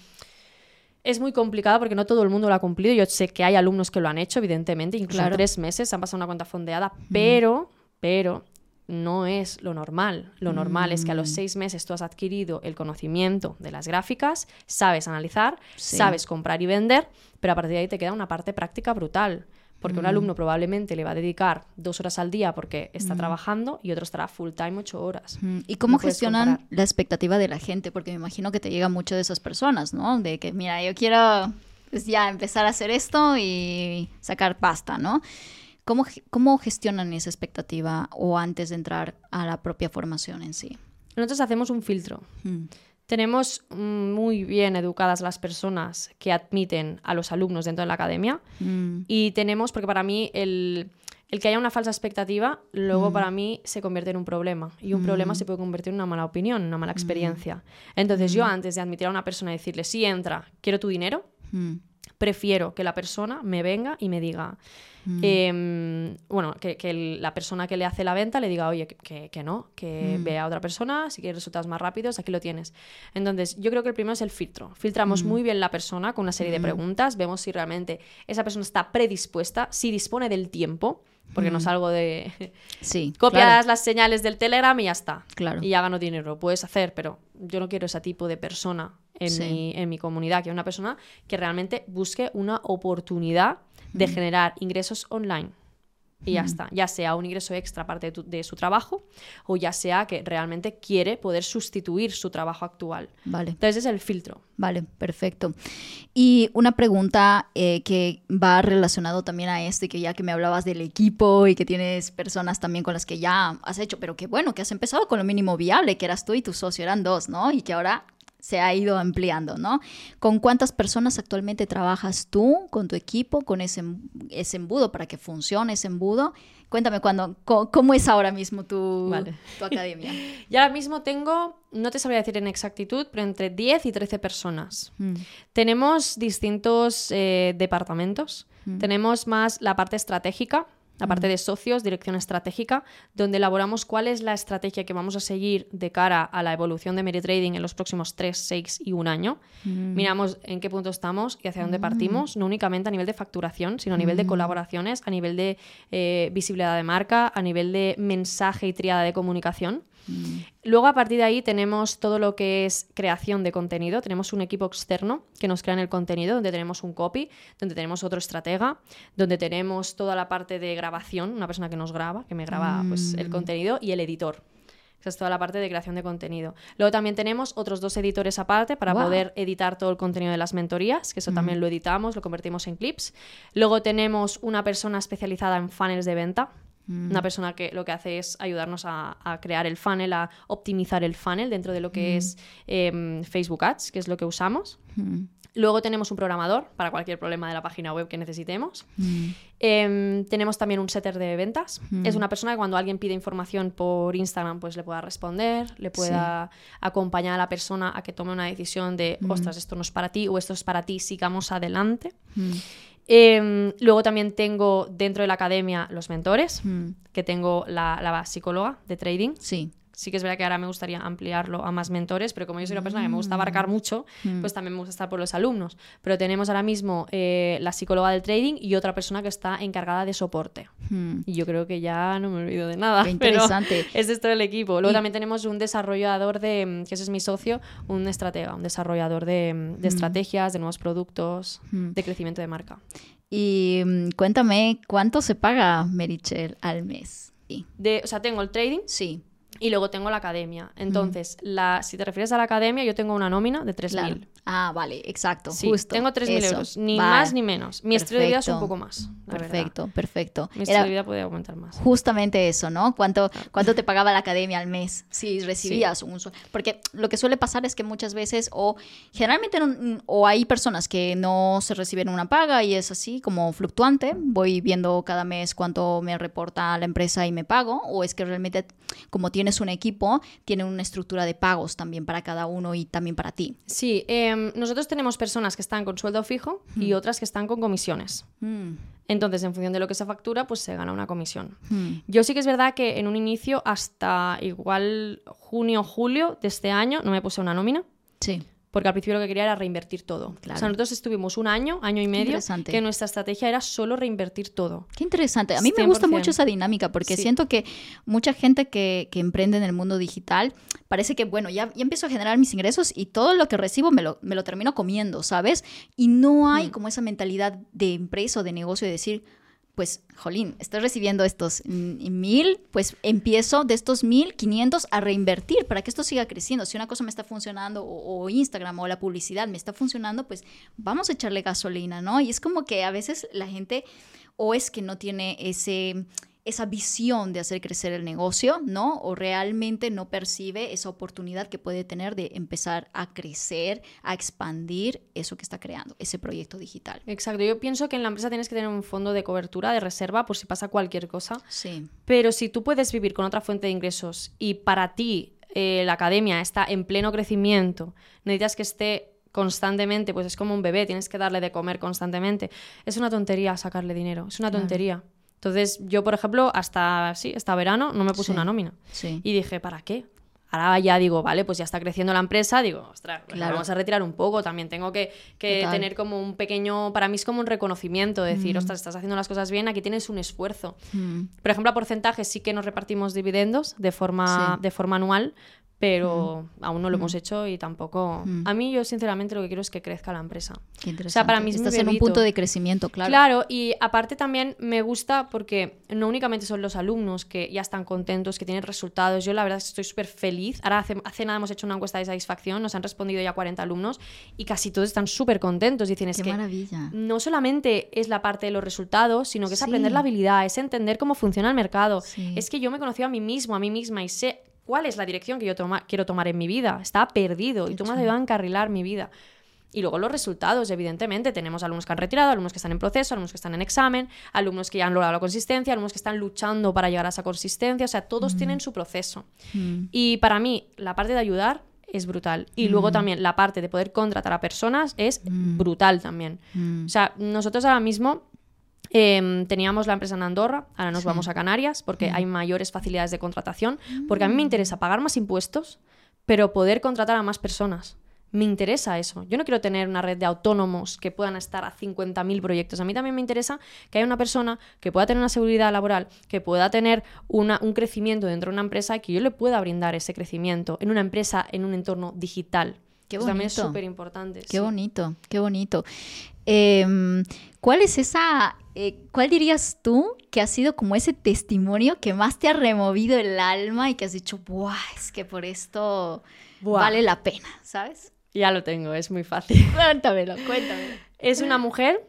A: Es muy complicado porque no todo el mundo lo ha cumplido. Yo sé que hay alumnos que lo han hecho, evidentemente, incluso
B: Claro.
A: en tres meses han pasado una cuenta fondeada, pero, pero no es lo normal. Lo normal es que a los seis meses tú has adquirido el conocimiento de las gráficas, sabes analizar,
B: Sí.
A: sabes comprar y vender, pero a partir de ahí te queda una parte práctica brutal. Porque un alumno probablemente le va a dedicar dos horas al día porque está trabajando y otro estará full time ocho horas.
B: Mm, ¿Y cómo
A: No puedes
B: gestionan
A: comparar.
B: la expectativa de la gente? Porque me imagino que te llega mucho de esas personas, ¿no? De que, mira, yo quiero pues, ya empezar a hacer esto y sacar pasta, ¿no? ¿Cómo, ge- ¿Cómo gestionan esa expectativa o antes de entrar a la propia formación en sí?
A: Nosotros hacemos un filtro.
B: Mm.
A: Tenemos mm, muy bien educadas las personas que admiten a los alumnos dentro de la academia
B: Mm.
A: y tenemos, porque para mí el, el que haya una falsa expectativa, luego
B: Mm.
A: para mí se convierte en un problema y un
B: Mm.
A: problema se puede convertir en una mala opinión, una mala experiencia. Entonces yo antes de admitir a una persona y decirle, sí, entra, quiero tu dinero,
B: Mm.
A: prefiero que la persona me venga y me diga,
B: Mm.
A: eh, bueno, que, que el- la persona que le hace la venta le diga, oye, que, que- que no, que
B: Mm.
A: vea a otra persona, si quieres resultados más rápidos, aquí lo tienes. Entonces, yo creo que el primero es el filtro. Filtramos
B: Mm.
A: muy bien la persona con una serie de preguntas, vemos si realmente esa persona está predispuesta, si dispone del tiempo, porque no es algo de
B: Sí,
A: copias
B: claro,
A: las señales del Telegram y ya está.
B: Claro.
A: Y ya gano dinero. Lo puedes hacer, pero yo no quiero ese tipo de persona en,
B: Sí.
A: mi, en mi comunidad. Quiero una persona que realmente busque una oportunidad de generar ingresos online. Y ya está. Ya sea un ingreso extra aparte de, tu- de su trabajo o ya sea que realmente quiere poder sustituir su trabajo actual.
B: Vale.
A: Entonces es el filtro.
B: Vale, perfecto. Y una pregunta eh, que va relacionado también a esto y que ya que me hablabas del equipo y que tienes personas también con las que ya has hecho, pero que bueno, que has empezado con lo mínimo viable, que eras tú y tu socio eran dos, ¿no? Y que ahora se ha ido ampliando, ¿no? ¿Con cuántas personas actualmente trabajas tú, con tu equipo, con ese, em- ese embudo para que funcione ese embudo? Cuéntame cuándo, co- cómo es ahora mismo tu,
A: Vale.
B: tu academia.
A: Y ahora mismo tengo, no te sabría decir en exactitud, pero entre diez y trece personas.
B: Mm.
A: Tenemos distintos eh, departamentos.
B: Mm.
A: Tenemos más la parte estratégica, la parte de socios, dirección estratégica, donde elaboramos cuál es la estrategia que vamos a seguir de cara a la evolución de Meritrading en los próximos tres, seis y un año.
B: Mm.
A: Miramos en qué punto estamos y hacia dónde partimos, no únicamente a nivel de facturación, sino a nivel de colaboraciones, a nivel de eh, visibilidad de marca, a nivel de mensaje y triada de comunicación. Mm. Luego, a partir de ahí, tenemos todo lo que es creación de contenido. Tenemos un equipo externo que nos crean el contenido, donde tenemos un copy, donde tenemos otro estratega, donde tenemos toda la parte de grabación, una persona que nos graba, que me graba mm. pues, el contenido, y el editor. Esa es toda la parte de creación de contenido. Luego también tenemos otros dos editores aparte para wow. poder editar todo el contenido de las mentorías, que eso mm. también lo editamos, lo convertimos en clips. Luego tenemos una persona especializada en funnels de venta, mm. una persona que lo que hace es ayudarnos a, a crear el funnel, a optimizar el funnel dentro de lo que mm. es eh, Facebook Ads, que es lo que usamos. Mm. Luego tenemos un programador para cualquier problema de la página web que necesitemos. Mm. Eh, tenemos también un setter de ventas. Mm. Es una persona que cuando alguien pide información por Instagram, pues le pueda responder, le pueda sí. acompañar a la persona a que tome una decisión de, mm. ostras, esto no es para ti o esto es para ti, sigamos adelante. Mm. Eh, luego también tengo dentro de la academia los mentores, mm. que tengo la, la psicóloga de trading.
B: Sí.
A: Sí que es verdad que ahora me gustaría ampliarlo a más mentores, pero como yo soy una persona que me gusta abarcar mucho, mm. pues también me gusta estar por los alumnos. Pero tenemos ahora mismo eh, la psicóloga del trading y otra persona que está encargada de soporte. Mm. Y yo creo que ya no me olvido de nada.
B: Qué interesante.
A: Pero ese es todo el equipo. Luego y... también tenemos un desarrollador de, que ese es mi socio, un estratega, un desarrollador de, de mm. estrategias, de nuevos productos, mm. de crecimiento de marca.
B: Y um, cuéntame, ¿cuánto se paga Meritxell al mes?
A: Sí. De, o sea, tengo el trading.
B: Sí.
A: Y luego tengo la academia. Entonces, mm. la, si te refieres a la academia, yo tengo una nómina de tres mil.
B: Claro. Ah, vale, exacto,
A: sí,
B: justo.
A: Tengo tres mil euros, ni vale. más ni menos. Mi
B: Perfecto.
A: estilo de vida es un poco más, la
B: Perfecto,
A: verdad.
B: perfecto.
A: Mi estilo Era de vida puede aumentar más.
B: Justamente eso, ¿no? ¿Cuánto, cuánto te pagaba la academia al mes si recibías sí. un sueldo? Porque lo que suele pasar es que muchas veces, o generalmente, no, o hay personas que no se reciben una paga y es así como fluctuante. Voy viendo cada mes cuánto me reporta la empresa y me pago, o es que realmente, como tienes un equipo, tiene una estructura de pagos también para cada uno y también para ti.
A: Sí, eh, nosotros tenemos personas que están con sueldo fijo mm. y otras que están con comisiones. Mm. Entonces, en función de lo que se factura, pues se gana una comisión. Mm. Yo sí que es verdad que en un inicio, hasta igual junio o julio de este año, no me puse una nómina.
B: Sí.
A: Porque al principio lo que quería era reinvertir todo.
B: Claro.
A: O sea, nosotros estuvimos un año, año y medio, que nuestra estrategia era solo reinvertir todo.
B: Qué interesante. A mí me cien por ciento. Gusta mucho esa dinámica, porque sí. siento que mucha gente que, que emprende en el mundo digital, parece que, bueno, ya, ya empiezo a generar mis ingresos y todo lo que recibo me lo, me lo termino comiendo, ¿sabes? Y no hay mm. como esa mentalidad de empresa o de negocio de decir, pues, jolín, estoy recibiendo estos mil, pues empiezo de estos mil, quinientos a reinvertir para que esto siga creciendo. Si una cosa me está funcionando o, o Instagram o la publicidad me está funcionando, pues vamos a echarle gasolina, ¿no? Y es como que a veces la gente o es que no tiene ese... esa visión de hacer crecer el negocio, ¿no? O realmente no percibe esa oportunidad que puede tener de empezar a crecer, a expandir eso que está creando, ese proyecto digital.
A: Exacto. Yo pienso que en la empresa tienes que tener un fondo de cobertura, de reserva, por si pasa cualquier cosa.
B: Sí.
A: Pero si tú puedes vivir con otra fuente de ingresos y para ti eh, la academia está en pleno crecimiento, necesitas que esté constantemente, pues es como un bebé, tienes que darle de comer constantemente. Es una tontería sacarle dinero, es una claro. tontería. Entonces, yo, por ejemplo, hasta, sí, hasta verano no me puse sí, una nómina.
B: Sí.
A: Y dije, ¿para qué? Ahora ya digo, vale, pues ya está creciendo la empresa, digo, ostras, pues
B: claro.
A: vamos a retirar un poco, también tengo que, que tener como un pequeño, para mí es como un reconocimiento, decir, mm. ostras, estás haciendo las cosas bien, aquí tienes un esfuerzo. Mm. Por ejemplo, a porcentajes sí que nos repartimos dividendos de forma, sí. de forma anual, pero mm. aún no lo mm. hemos hecho y tampoco... Mm. A mí, yo sinceramente lo que quiero es que crezca la empresa.
B: Qué interesante.
A: O sea, para mí es
B: Estás
A: mi
B: en un punto de crecimiento, claro.
A: Claro, y aparte también me gusta porque no únicamente son los alumnos que ya están contentos, que tienen resultados. Yo la verdad es que estoy súper feliz. Ahora hace, hace nada hemos hecho una encuesta de satisfacción, nos han respondido ya cuarenta alumnos y casi todos están súper contentos. Dicen, es
B: Qué
A: que
B: maravilla.
A: No solamente es la parte de los resultados, sino que es sí. aprender la habilidad, es entender cómo funciona el mercado. Sí. Es que yo me he conocido a mí mismo, a mí misma y sé cuál es la dirección que yo toma, quiero tomar en mi vida. Estaba perdido y tú me has ayudado a encarrilar mi vida. Y luego los resultados, evidentemente. Tenemos alumnos que han retirado, alumnos que están en proceso, alumnos que están en examen, alumnos que ya han logrado la consistencia, alumnos que están luchando para llegar a esa consistencia. O sea, todos mm. tienen su proceso. Mm. Y para mí, la parte de ayudar es brutal. Y mm. luego también la parte de poder contratar a personas es mm. brutal también. Mm. O sea, nosotros ahora mismo... Eh, teníamos la empresa en Andorra, ahora nos sí. vamos a Canarias porque mm. hay mayores facilidades de contratación, porque a mí me interesa pagar más impuestos, pero poder contratar a más personas. me interesa eso. Yo no quiero tener una red de autónomos que puedan estar a cincuenta mil proyectos. A mí también me interesa que haya una persona que pueda tener una seguridad laboral, que pueda tener una, un crecimiento dentro de una empresa y que yo le pueda brindar ese crecimiento en una empresa, en un entorno digital.
B: Qué bonito.
A: Eso también es súper importante.
B: Qué
A: sí.
B: bonito, qué bonito. Eh, ¿Cuál es esa, eh, cuál dirías tú que ha sido como ese testimonio que más te ha removido el alma y que has dicho, ¡buah! Es que por esto
A: Buah.
B: vale la pena, ¿sabes?
A: Ya lo tengo, es muy fácil.
B: Cuéntamelo, cuéntamelo.
A: Es una mujer,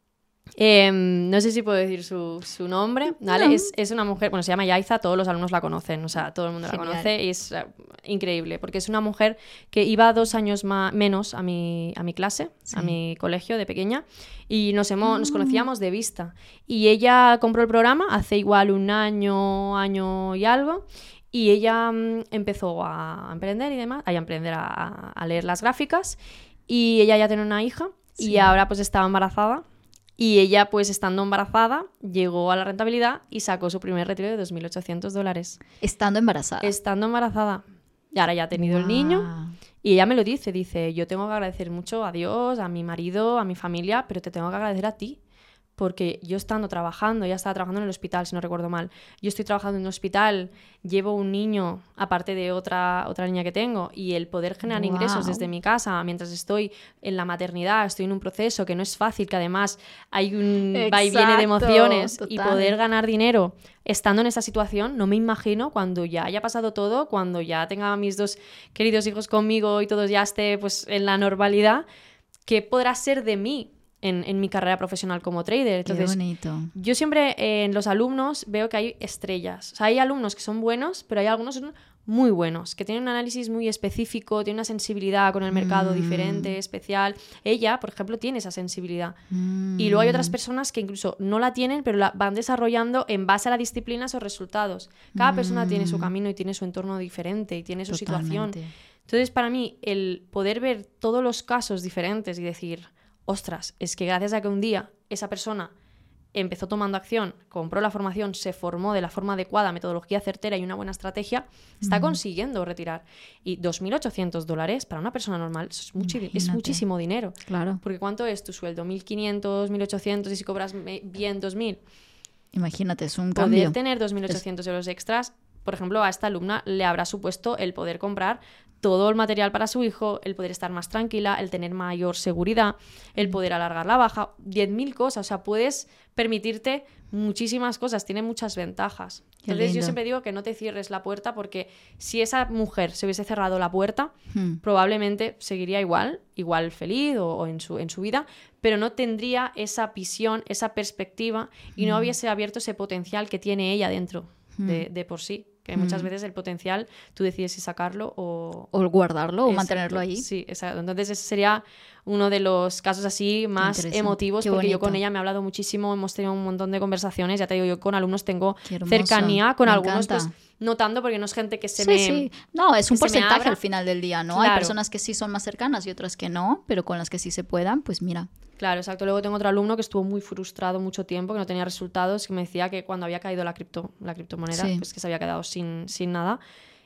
A: eh, no sé si puedo decir su, su nombre, ¿vale?
B: No.
A: Es, es una mujer, bueno, se llama Yaiza, todos los alumnos la conocen, o sea, todo el mundo
B: Genial.
A: la conoce y es uh, increíble, porque es una mujer que iba dos años más, menos a mi, a mi clase,
B: Sí.
A: a mi colegio de pequeña, y nos, hemos, nos conocíamos de vista. Y ella compró el programa hace igual un año, año y algo, y ella mm, empezó a emprender y demás, a emprender a, a leer las gráficas, y ella ya tiene una hija,
B: Sí.
A: y ahora pues estaba embarazada, y ella pues estando embarazada llegó a la rentabilidad y sacó su primer retiro de dos mil ochocientos dólares.
B: Estando embarazada.
A: Estando embarazada. Y ahora ya ha tenido el
B: Guau.
A: niño, y ella me lo dice, dice, yo tengo que agradecer mucho a Dios, a mi marido, a mi familia, pero te tengo que agradecer a ti. Porque yo estando trabajando, ya estaba trabajando en el hospital, si no recuerdo mal. Yo estoy trabajando en un hospital, llevo un niño, aparte de otra, otra niña que tengo, y el poder generar
B: Guau.
A: ingresos desde mi casa, mientras estoy en la maternidad, estoy en un proceso que no es fácil, que además hay un va y viene de
B: Exacto,
A: emociones, y
B: total.
A: poder ganar dinero estando en esa situación, no me imagino cuando ya haya pasado todo, cuando ya tenga a mis dos queridos hijos conmigo y todos ya esté pues, en la normalidad, ¿qué podrá ser de mí en, en mi carrera profesional como trader? Entonces,
B: Qué bonito.
A: yo siempre eh, en los alumnos veo que hay estrellas. O sea, hay alumnos que son buenos, pero hay algunos que son muy buenos, que tienen un análisis muy específico, tienen una sensibilidad con el mercado
B: Mm.
A: diferente, especial. Ella, por ejemplo, tiene esa sensibilidad.
B: Mm.
A: Y luego hay otras personas que incluso no la tienen, pero la van desarrollando en base a la disciplina esos resultados. Cada persona tiene su camino y tiene su entorno diferente y tiene su situación.
B: Totalmente.
A: Entonces, para mí, el poder ver todos los casos diferentes y decir, ostras, es que gracias a que un día esa persona empezó tomando acción, compró la formación, se formó de la forma adecuada, metodología certera y una buena estrategia, está consiguiendo retirar. Y dos mil ochocientos dólares para una persona normal es, muchi- es
B: Imagínate.
A: muchísimo dinero.
B: Claro.
A: Porque ¿cuánto es tu sueldo? mil quinientos, mil ochocientos y si cobras me- bien dos mil.
B: Imagínate, es un
A: Poder
B: cambio.
A: tener dos mil ochocientos euros extras, por ejemplo, a esta alumna le habrá supuesto el poder comprar todo el material para su hijo, el poder estar más tranquila, el tener mayor seguridad, el poder alargar la baja, diez mil cosas. O sea, puedes permitirte muchísimas cosas, tiene muchas ventajas.
B: Qué
A: Entonces yo
B: lindo.
A: siempre digo que no te cierres la puerta, porque si esa mujer se hubiese cerrado la puerta,
B: Hmm.
A: probablemente seguiría igual, igual feliz o, o en, su, en su vida, pero no tendría esa visión, esa perspectiva y no hubiese abierto ese potencial que tiene ella dentro de, de por sí. Que muchas veces el potencial tú decides si sacarlo o...
B: O guardarlo o
A: Exacto,
B: mantenerlo ahí.
A: Sí, exacto. Entonces ese sería uno de los casos así más
B: interesante.
A: emotivos,
B: Qué
A: porque yo con
B: bonito.
A: ella me he hablado muchísimo, hemos tenido un montón de conversaciones, ya te digo, yo con alumnos tengo
B: Qué hermoso,
A: cercanía, con
B: me
A: algunos
B: encanta.
A: pues no tanto, porque no es gente que se
B: Sí,
A: me...
B: sí. No, es un
A: que se me
B: porcentaje
A: abra.
B: al final del día, ¿no?
A: Claro.
B: Hay personas que sí son más cercanas y otras que no, pero con las que sí se puedan, pues mira.
A: Claro, exacto. Luego tengo otro alumno que estuvo muy frustrado mucho tiempo, que no tenía resultados, que me decía que cuando había caído la cripto, la criptomoneda,
B: Sí.
A: pues que se había quedado sin, sin nada.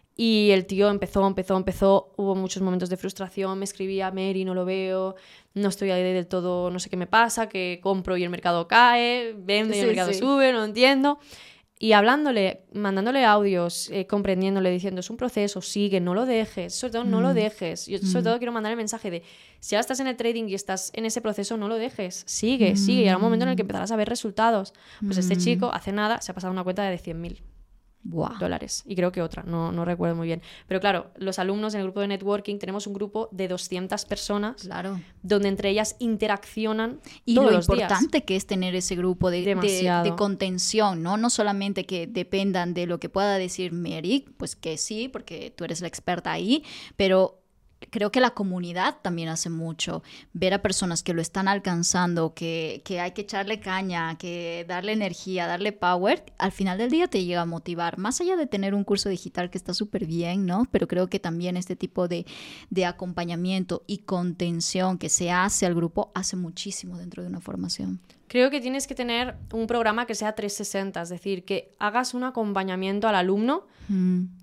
A: Y el tío empezó, empezó, empezó, hubo muchos momentos de frustración, me escribía, Mary, no lo veo, no estoy ahí del todo, no sé qué me pasa, que compro y el mercado cae, vendo y el
B: Sí,
A: mercado
B: sí.
A: sube, no entiendo. Y hablándole, mandándole audios, eh, comprendiéndole, diciendo, es un proceso, sigue, no lo dejes, sobre todo no lo dejes. Yo sobre todo quiero mandar el mensaje de, si ahora estás en el trading y estás en ese proceso, no lo dejes, sigue, sigue. Y habrá un momento en el que empezarás a ver resultados. Pues este chico, hace nada, se ha pasado una cuenta de cien mil
B: Buah.
A: dólares. Y creo que otra, no, no recuerdo muy bien. Pero claro, los alumnos en el grupo de networking, tenemos un grupo de doscientas personas,
B: Claro.
A: donde entre ellas interaccionan
B: Y
A: todos
B: lo
A: los días.
B: importante que es tener ese grupo de, de,
A: Demasiado.
B: de contención, ¿no? No solamente que dependan de lo que pueda decir Mary, pues que sí, porque tú eres la experta ahí, pero creo que la comunidad también hace mucho. Ver a personas que lo están alcanzando, que, que hay que echarle caña, que darle energía, darle power, al final del día te llega a motivar. Más allá de tener un curso digital que está súper bien, ¿no? Pero creo que también este tipo de, de acompañamiento y contención que se hace al grupo hace muchísimo dentro de una formación.
A: Creo que tienes que tener un programa que sea trescientos sesenta, es decir, que hagas un acompañamiento al alumno
B: Mm.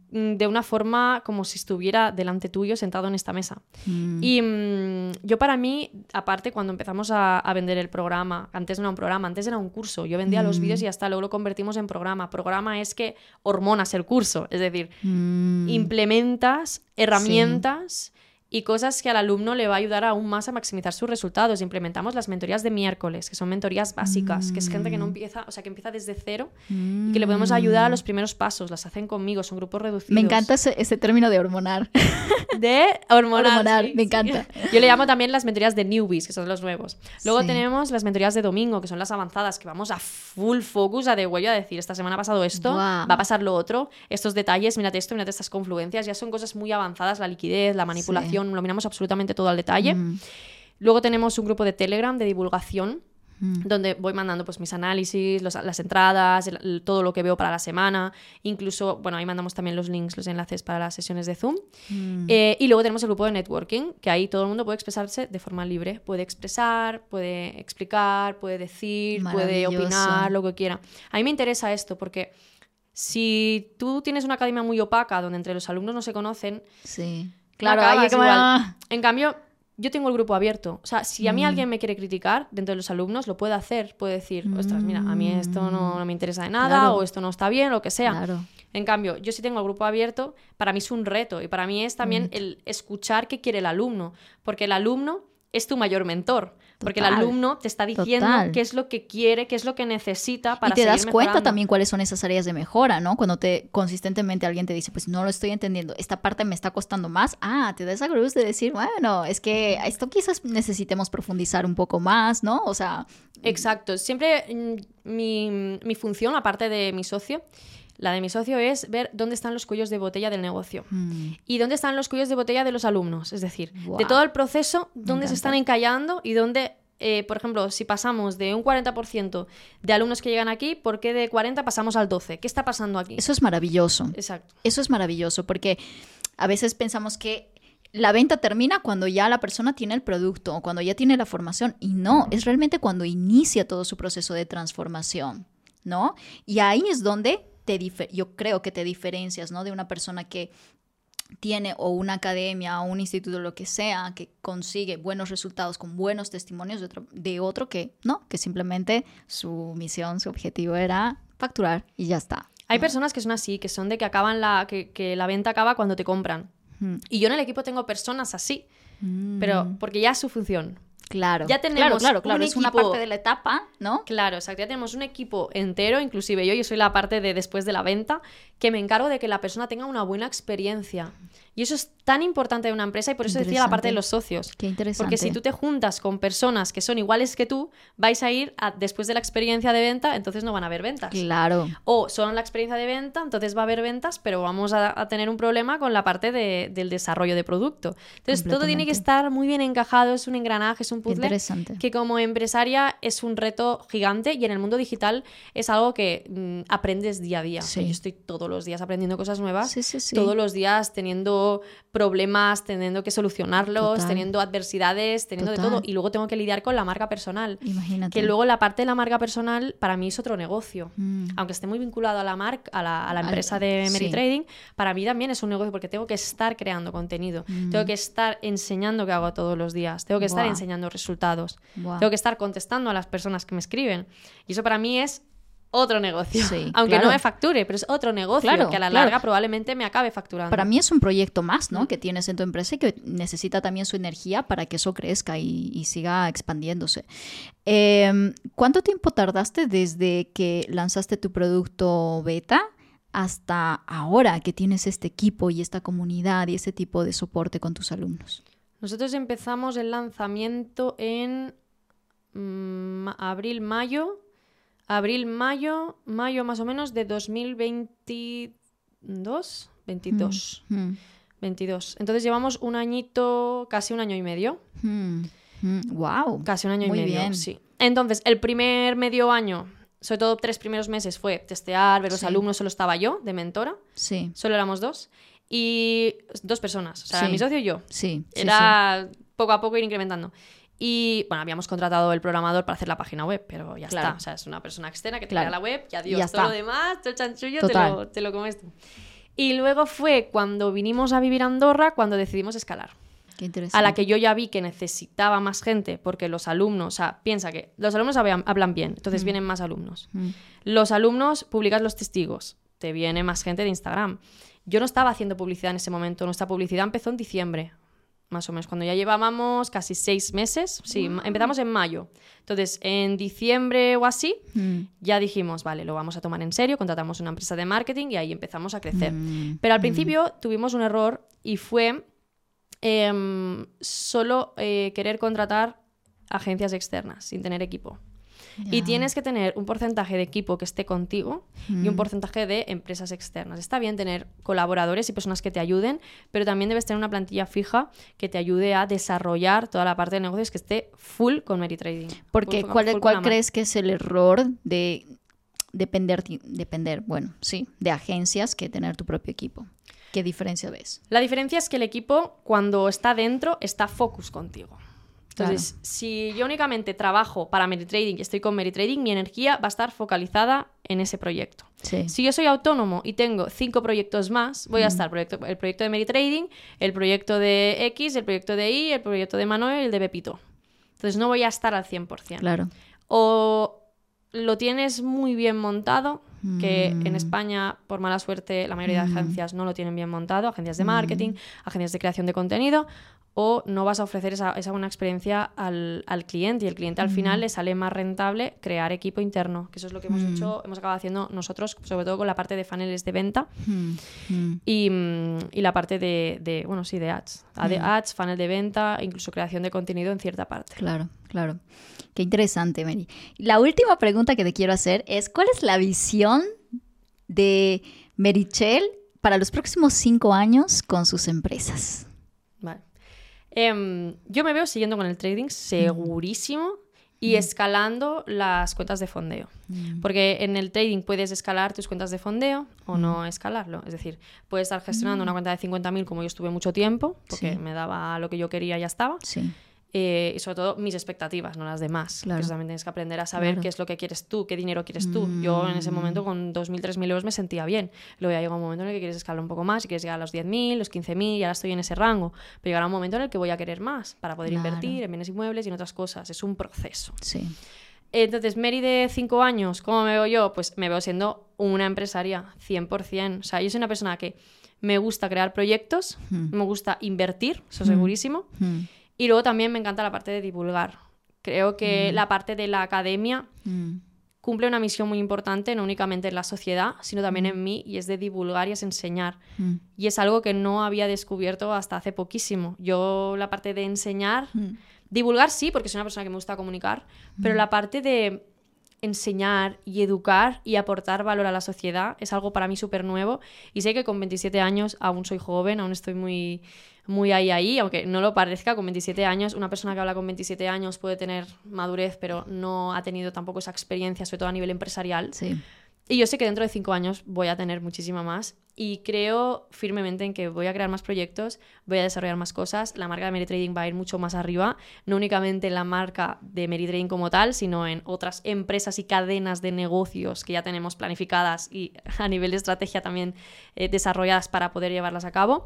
A: de una forma como si estuviera delante tuyo sentado en esta mesa. Mm. Y mmm, yo para mí, aparte cuando empezamos a, a vender el programa, antes no era un programa, antes era un curso, yo vendía mm. los vídeos y hasta luego lo convertimos en programa. Programa es que hormonas el curso, es decir, mm. implementas herramientas... Sí. Y cosas que al alumno le va a ayudar aún más a maximizar sus resultados. Implementamos las mentorías de miércoles, que son mentorías básicas, mm. que es gente que no empieza, o sea, que empieza desde cero mm. y que le podemos ayudar a los primeros pasos. Las hacen conmigo, son grupos reducidos.
B: Me encanta ese, ese término de hormonar.
A: De hormonar.
B: Hormonar,
A: sí,
B: me
A: sí.
B: encanta.
A: Yo le llamo también las mentorías de newbies, que son los nuevos. Luego
B: sí.
A: tenemos las mentorías de domingo, que son las avanzadas, que vamos a full focus, a de huello, a decir, esta semana ha pasado esto, wow. va a pasar lo otro, estos detalles, mírate esto, mírate estas confluencias, ya son cosas muy avanzadas, la liquidez, la manipulación, sí. lo miramos absolutamente todo al detalle. Mm. Luego tenemos un grupo de Telegram de divulgación mm. donde voy mandando pues mis análisis, los, las entradas, el, el, todo lo que veo para la semana, incluso, bueno, ahí mandamos también los links, los enlaces para las sesiones de Zoom. Mm. Eh, y luego tenemos el grupo de networking, que ahí todo el mundo puede expresarse de forma libre, puede expresar, puede explicar, puede decir, puede opinar, lo que quiera. A mí me interesa esto porque si tú tienes una academia muy opaca donde entre los alumnos no se conocen,
B: sí. Claro,
A: acabas igual. En cambio, yo tengo el grupo abierto. O sea, si a mí mm. alguien me quiere criticar dentro de los alumnos, lo puede hacer. Puede decir, ostras, mira, a mí esto no, no me interesa de nada, claro. o esto no está bien, lo que sea.
B: Claro.
A: En cambio, yo sí tengo el grupo abierto, para mí es un reto. Y para mí es también mm. el escuchar qué quiere el alumno. Porque el alumno es tu mayor mentor. Porque Total. El alumno te está diciendo Total. Qué es lo que quiere, qué es lo que necesita para seguir mejorando. Y te das cuenta
B: también cuáles son esas áreas de mejora, ¿no? Cuando te consistentemente alguien te dice, pues no lo estoy entendiendo, esta parte me está costando más. Ah, te da esa cruz de decir, bueno, es que esto quizás necesitemos profundizar un poco más, ¿no? O sea...
A: Exacto. Siempre mi, mi función, aparte de mi socio, la de mi socio es ver dónde están los cuellos de botella del negocio mm. y dónde están los cuellos de botella de los alumnos. Es decir, wow. de todo el proceso, dónde se están encallando y dónde, eh, por ejemplo, si pasamos de un cuarenta por ciento de alumnos que llegan aquí, ¿por qué de cuarenta pasamos al doce? ¿Qué está pasando aquí?
B: Eso es maravilloso.
A: Exacto.
B: Eso es maravilloso porque a veces pensamos que la venta termina cuando ya la persona tiene el producto o cuando ya tiene la formación y no, es realmente cuando inicia todo su proceso de transformación, ¿no? Y ahí es donde... Te dif- yo creo que te diferencias, ¿no? De una persona que tiene o una academia o un instituto, lo que sea, que consigue buenos resultados con buenos testimonios de otro, de otro que no, que simplemente su misión, su objetivo era facturar y ya está.
A: Hay
B: ¿no?
A: personas que son así, que son de que acaban la, que, que la venta acaba cuando te compran. Mm. Y yo en el equipo tengo personas así, mm. pero porque ya es su función.
B: Claro,
A: ya tenemos
B: claro, claro, claro.
A: Un
B: es
A: equipo...
B: una parte de la etapa, ¿no?
A: Claro, exacto, ya tenemos un equipo entero, inclusive yo, yo soy la parte de después de la venta, que me encargo de que la persona tenga una buena experiencia. Y eso es tan importante de una empresa y por eso decía la parte de los socios.
B: Qué interesante.
A: Porque si tú te juntas con personas que son iguales que tú, vais a ir a, después de la experiencia de venta, entonces no van a haber ventas.
B: Claro.
A: O son la experiencia de venta, entonces va a haber ventas, pero vamos a, a tener un problema con la parte de, del desarrollo de producto. Entonces todo tiene que estar muy bien encajado, es un engranaje, es un puzzle. Qué
B: interesante.
A: Que como empresaria es un reto gigante y en el mundo digital es algo que mmm, aprendes día a día.
B: Sí.
A: Yo estoy todos los días aprendiendo cosas nuevas,
B: sí, sí, sí.
A: todos los días teniendo problemas, teniendo que solucionarlos,
B: Total. Teniendo
A: adversidades, teniendo Total. De todo. Y luego tengo que lidiar con la marca personal.
B: Imagínate.
A: Que luego la parte de la marca personal para mí es otro negocio.
B: Mm.
A: Aunque esté muy vinculado a la marca, a la, a la empresa Al, de Meritrading, sí. para mí también es un negocio porque tengo que estar creando contenido, mm. tengo que estar enseñando qué hago todos los días, tengo que estar wow. enseñando resultados. Wow. Tengo que estar contestando a las personas que me escriben. Y eso para mí es otro negocio. Sí, aunque
B: claro.
A: no me facture, pero es otro negocio claro, que a la larga claro. probablemente me acabe facturando.
B: Para mí es un proyecto más, ¿no? Mm. que tienes en tu empresa y que necesita también su energía para que eso crezca y, y siga expandiéndose. Eh, ¿Cuánto tiempo tardaste desde que lanzaste tu producto beta hasta ahora que tienes este equipo y esta comunidad y ese tipo de soporte con tus alumnos?
A: Nosotros empezamos el lanzamiento en mmm, abril, mayo, abril, mayo, mayo más o menos de dos mil veintidós, veintidós,
B: mm.
A: veintidós. Entonces llevamos un añito, casi un año y medio.
B: Mm. Mm. Wow.
A: Casi un año
B: Muy
A: y medio,
B: bien.
A: sí. Entonces, el primer medio año, sobre todo tres primeros meses, fue testear, ver los
B: sí.
A: alumnos, solo estaba yo, de mentora.
B: Sí.
A: Solo éramos dos. Y dos personas, o sea,
B: sí.
A: mi socio y yo.
B: Sí.
A: Era
B: sí, sí.
A: poco a poco ir incrementando. Y bueno, habíamos contratado el programador para hacer la página web, pero ya
B: claro.
A: está. O sea, es una persona externa que te
B: claro.
A: crea la web y adiós.
B: Ya
A: todo
B: está.
A: lo demás, todo el chanchullo, te
B: Total.
A: lo, te lo comes tú. Y luego fue cuando vinimos a vivir a Andorra cuando decidimos escalar.
B: Qué interesante.
A: A la que yo ya vi que necesitaba más gente, porque los alumnos, o sea, piensa que los alumnos hablan, hablan bien, entonces mm. vienen más alumnos. Mm. Los alumnos publican los testigos, te viene más gente de Instagram. Yo no estaba haciendo publicidad en ese momento, nuestra publicidad empezó en diciembre, más o menos, cuando ya llevábamos casi seis meses, sí, wow. empezamos en mayo. Entonces, en diciembre o así, mm. ya dijimos, vale, lo vamos a tomar en serio, contratamos una empresa de marketing y ahí empezamos a crecer. Mm. Pero al principio mm. tuvimos un error y fue... Eh, solo eh, querer contratar agencias externas sin tener equipo. Yeah. Y tienes que tener un porcentaje de equipo que esté contigo mm. y un porcentaje de empresas externas. Está bien tener colaboradores y personas que te ayuden, pero también debes tener una plantilla fija que te ayude a desarrollar toda la parte de negocios que esté full con Meritrading.
B: Porque full, ¿cuál, full ¿cuál crees que es el error de depender, depender, bueno, sí, de agencias que tener tu propio equipo? ¿Qué diferencia ves?
A: La diferencia es que el equipo, cuando está dentro, está focus contigo. Entonces, claro. si yo únicamente trabajo para Meritrading y estoy con Meritrading, mi energía va a estar focalizada en ese proyecto. Sí. Si yo soy autónomo y tengo cinco proyectos más, voy mm. a estar proyecto, el proyecto de Meritrading, el proyecto de X, el proyecto de Y, el proyecto de Manuel y el de Pepito. Entonces, no voy a estar al cien por ciento.
B: Claro.
A: O lo tienes muy bien montado, que en España, por mala suerte, la mayoría de agencias no lo tienen bien montado, agencias de marketing, agencias de creación de contenido, o no vas a ofrecer esa, esa buena experiencia al, al cliente, y el cliente al final le sale más rentable crear equipo interno, que eso es lo que hemos hecho, hemos acabado haciendo nosotros, sobre todo con la parte de funnels de venta y, y la parte de, de, bueno, sí, de ads, de ads, funnel de venta, incluso creación de contenido en cierta parte.
B: Claro, claro. Qué interesante, Mary. La última pregunta que te quiero hacer es, ¿cuál es la visión de Meritxell para los próximos cinco años con sus empresas?
A: Vale. Eh, yo me veo siguiendo con el trading segurísimo mm. y mm. escalando las cuentas de fondeo. Mm. Porque en el trading puedes escalar tus cuentas de fondeo o mm. no escalarlo. Es decir, puedes estar gestionando mm. una cuenta de cincuenta mil como yo estuve mucho tiempo, porque sí. me daba lo que yo quería y ya estaba. Sí. Eh, y sobre todo mis expectativas, no las demás. Claro. Que también tienes que aprender a saber claro. qué es lo que quieres tú, qué dinero quieres tú. Mm. Yo en ese momento con dos mil, tres mil euros me sentía bien. Luego ya llega un momento en el que quieres escalar un poco más y quieres llegar a los diez mil, los quince mil, y ahora estoy en ese rango. Pero llegará un momento en el que voy a querer más para poder claro. invertir en bienes inmuebles y en otras cosas. Es un proceso.
B: Sí.
A: Entonces, Mary de cinco años, ¿cómo me veo yo? Pues me veo siendo una empresaria, cien por ciento. O sea, yo soy una persona que me gusta crear proyectos, mm. me gusta invertir, eso mm. segurísimo. Mm. Y luego también me encanta la parte de divulgar. Creo que mm. la parte de la academia mm. cumple una misión muy importante, no únicamente en la sociedad, sino también mm. en mí, y es de divulgar y es enseñar. Mm. Y es algo que no había descubierto hasta hace poquísimo. Yo la parte de enseñar, mm. divulgar sí, porque soy una persona que me gusta comunicar, mm. pero la parte de enseñar y educar y aportar valor a la sociedad es algo para mí súper nuevo, y sé que con veintisiete años aún soy joven, aún estoy muy, muy ahí ahí, aunque no lo parezca. Con veintisiete años, una persona que habla con veintisiete años puede tener madurez, pero no ha tenido tampoco esa experiencia, sobre todo a nivel empresarial.
B: Sí.
A: Y yo sé que dentro de cinco años voy a tener muchísima más, y creo firmemente en que voy a crear más proyectos, voy a desarrollar más cosas. La marca de Meritrading va a ir mucho más arriba, no únicamente en la marca de Meritrading como tal, sino en otras empresas y cadenas de negocios que ya tenemos planificadas y a nivel de estrategia también eh, desarrolladas para poder llevarlas a cabo.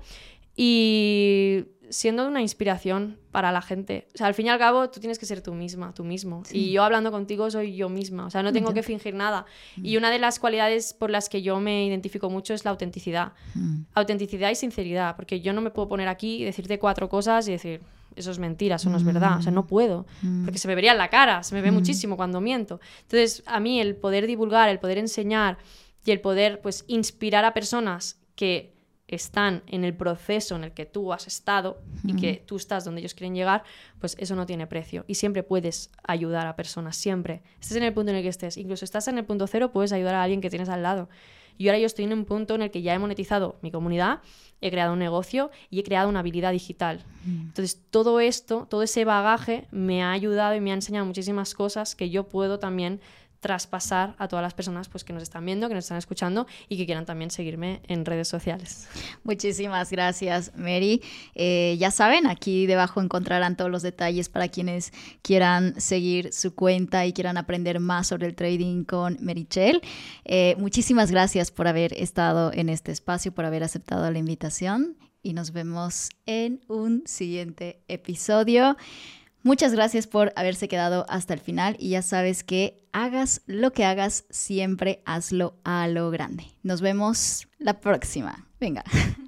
A: Y siendo una inspiración para la gente. O sea, al fin y al cabo, tú tienes que ser tú misma, tú mismo. Sí. Y yo hablando contigo soy yo misma. O sea, no tengo ¿Sí? que fingir nada. Mm. Y una de las cualidades por las que yo me identifico mucho es la autenticidad. Mm. Autenticidad y sinceridad. Porque yo no me puedo poner aquí y decirte cuatro cosas y decir, eso es mentira, eso no es verdad. O sea, no puedo. Mm. Porque se me vería en la cara, se me ve mm. muchísimo cuando miento. Entonces, a mí el poder divulgar, el poder enseñar y el poder, pues, inspirar a personas que están en el proceso en el que tú has estado y que tú estás donde ellos quieren llegar, pues eso no tiene precio. Y siempre puedes ayudar a personas, siempre. Estés en el punto en el que estés. Incluso estás en el punto cero, puedes ayudar a alguien que tienes al lado. Y ahora yo estoy en un punto en el que ya he monetizado mi comunidad, he creado un negocio y he creado una habilidad digital. Entonces, todo esto, todo ese bagaje me ha ayudado y me ha enseñado muchísimas cosas que yo puedo también traspasar a todas las personas pues, que nos están viendo, que nos están escuchando y que quieran también seguirme en redes sociales.
B: Muchísimas gracias, Mary. Eh, ya saben, aquí debajo encontrarán todos los detalles para quienes quieran seguir su cuenta y quieran aprender más sobre el trading con Meritxell. Eh, muchísimas gracias por haber estado en este espacio, por haber aceptado la invitación y nos vemos en un siguiente episodio. Muchas gracias por haberse quedado hasta el final y ya sabes que hagas lo que hagas, siempre hazlo a lo grande. Nos vemos la próxima. Venga.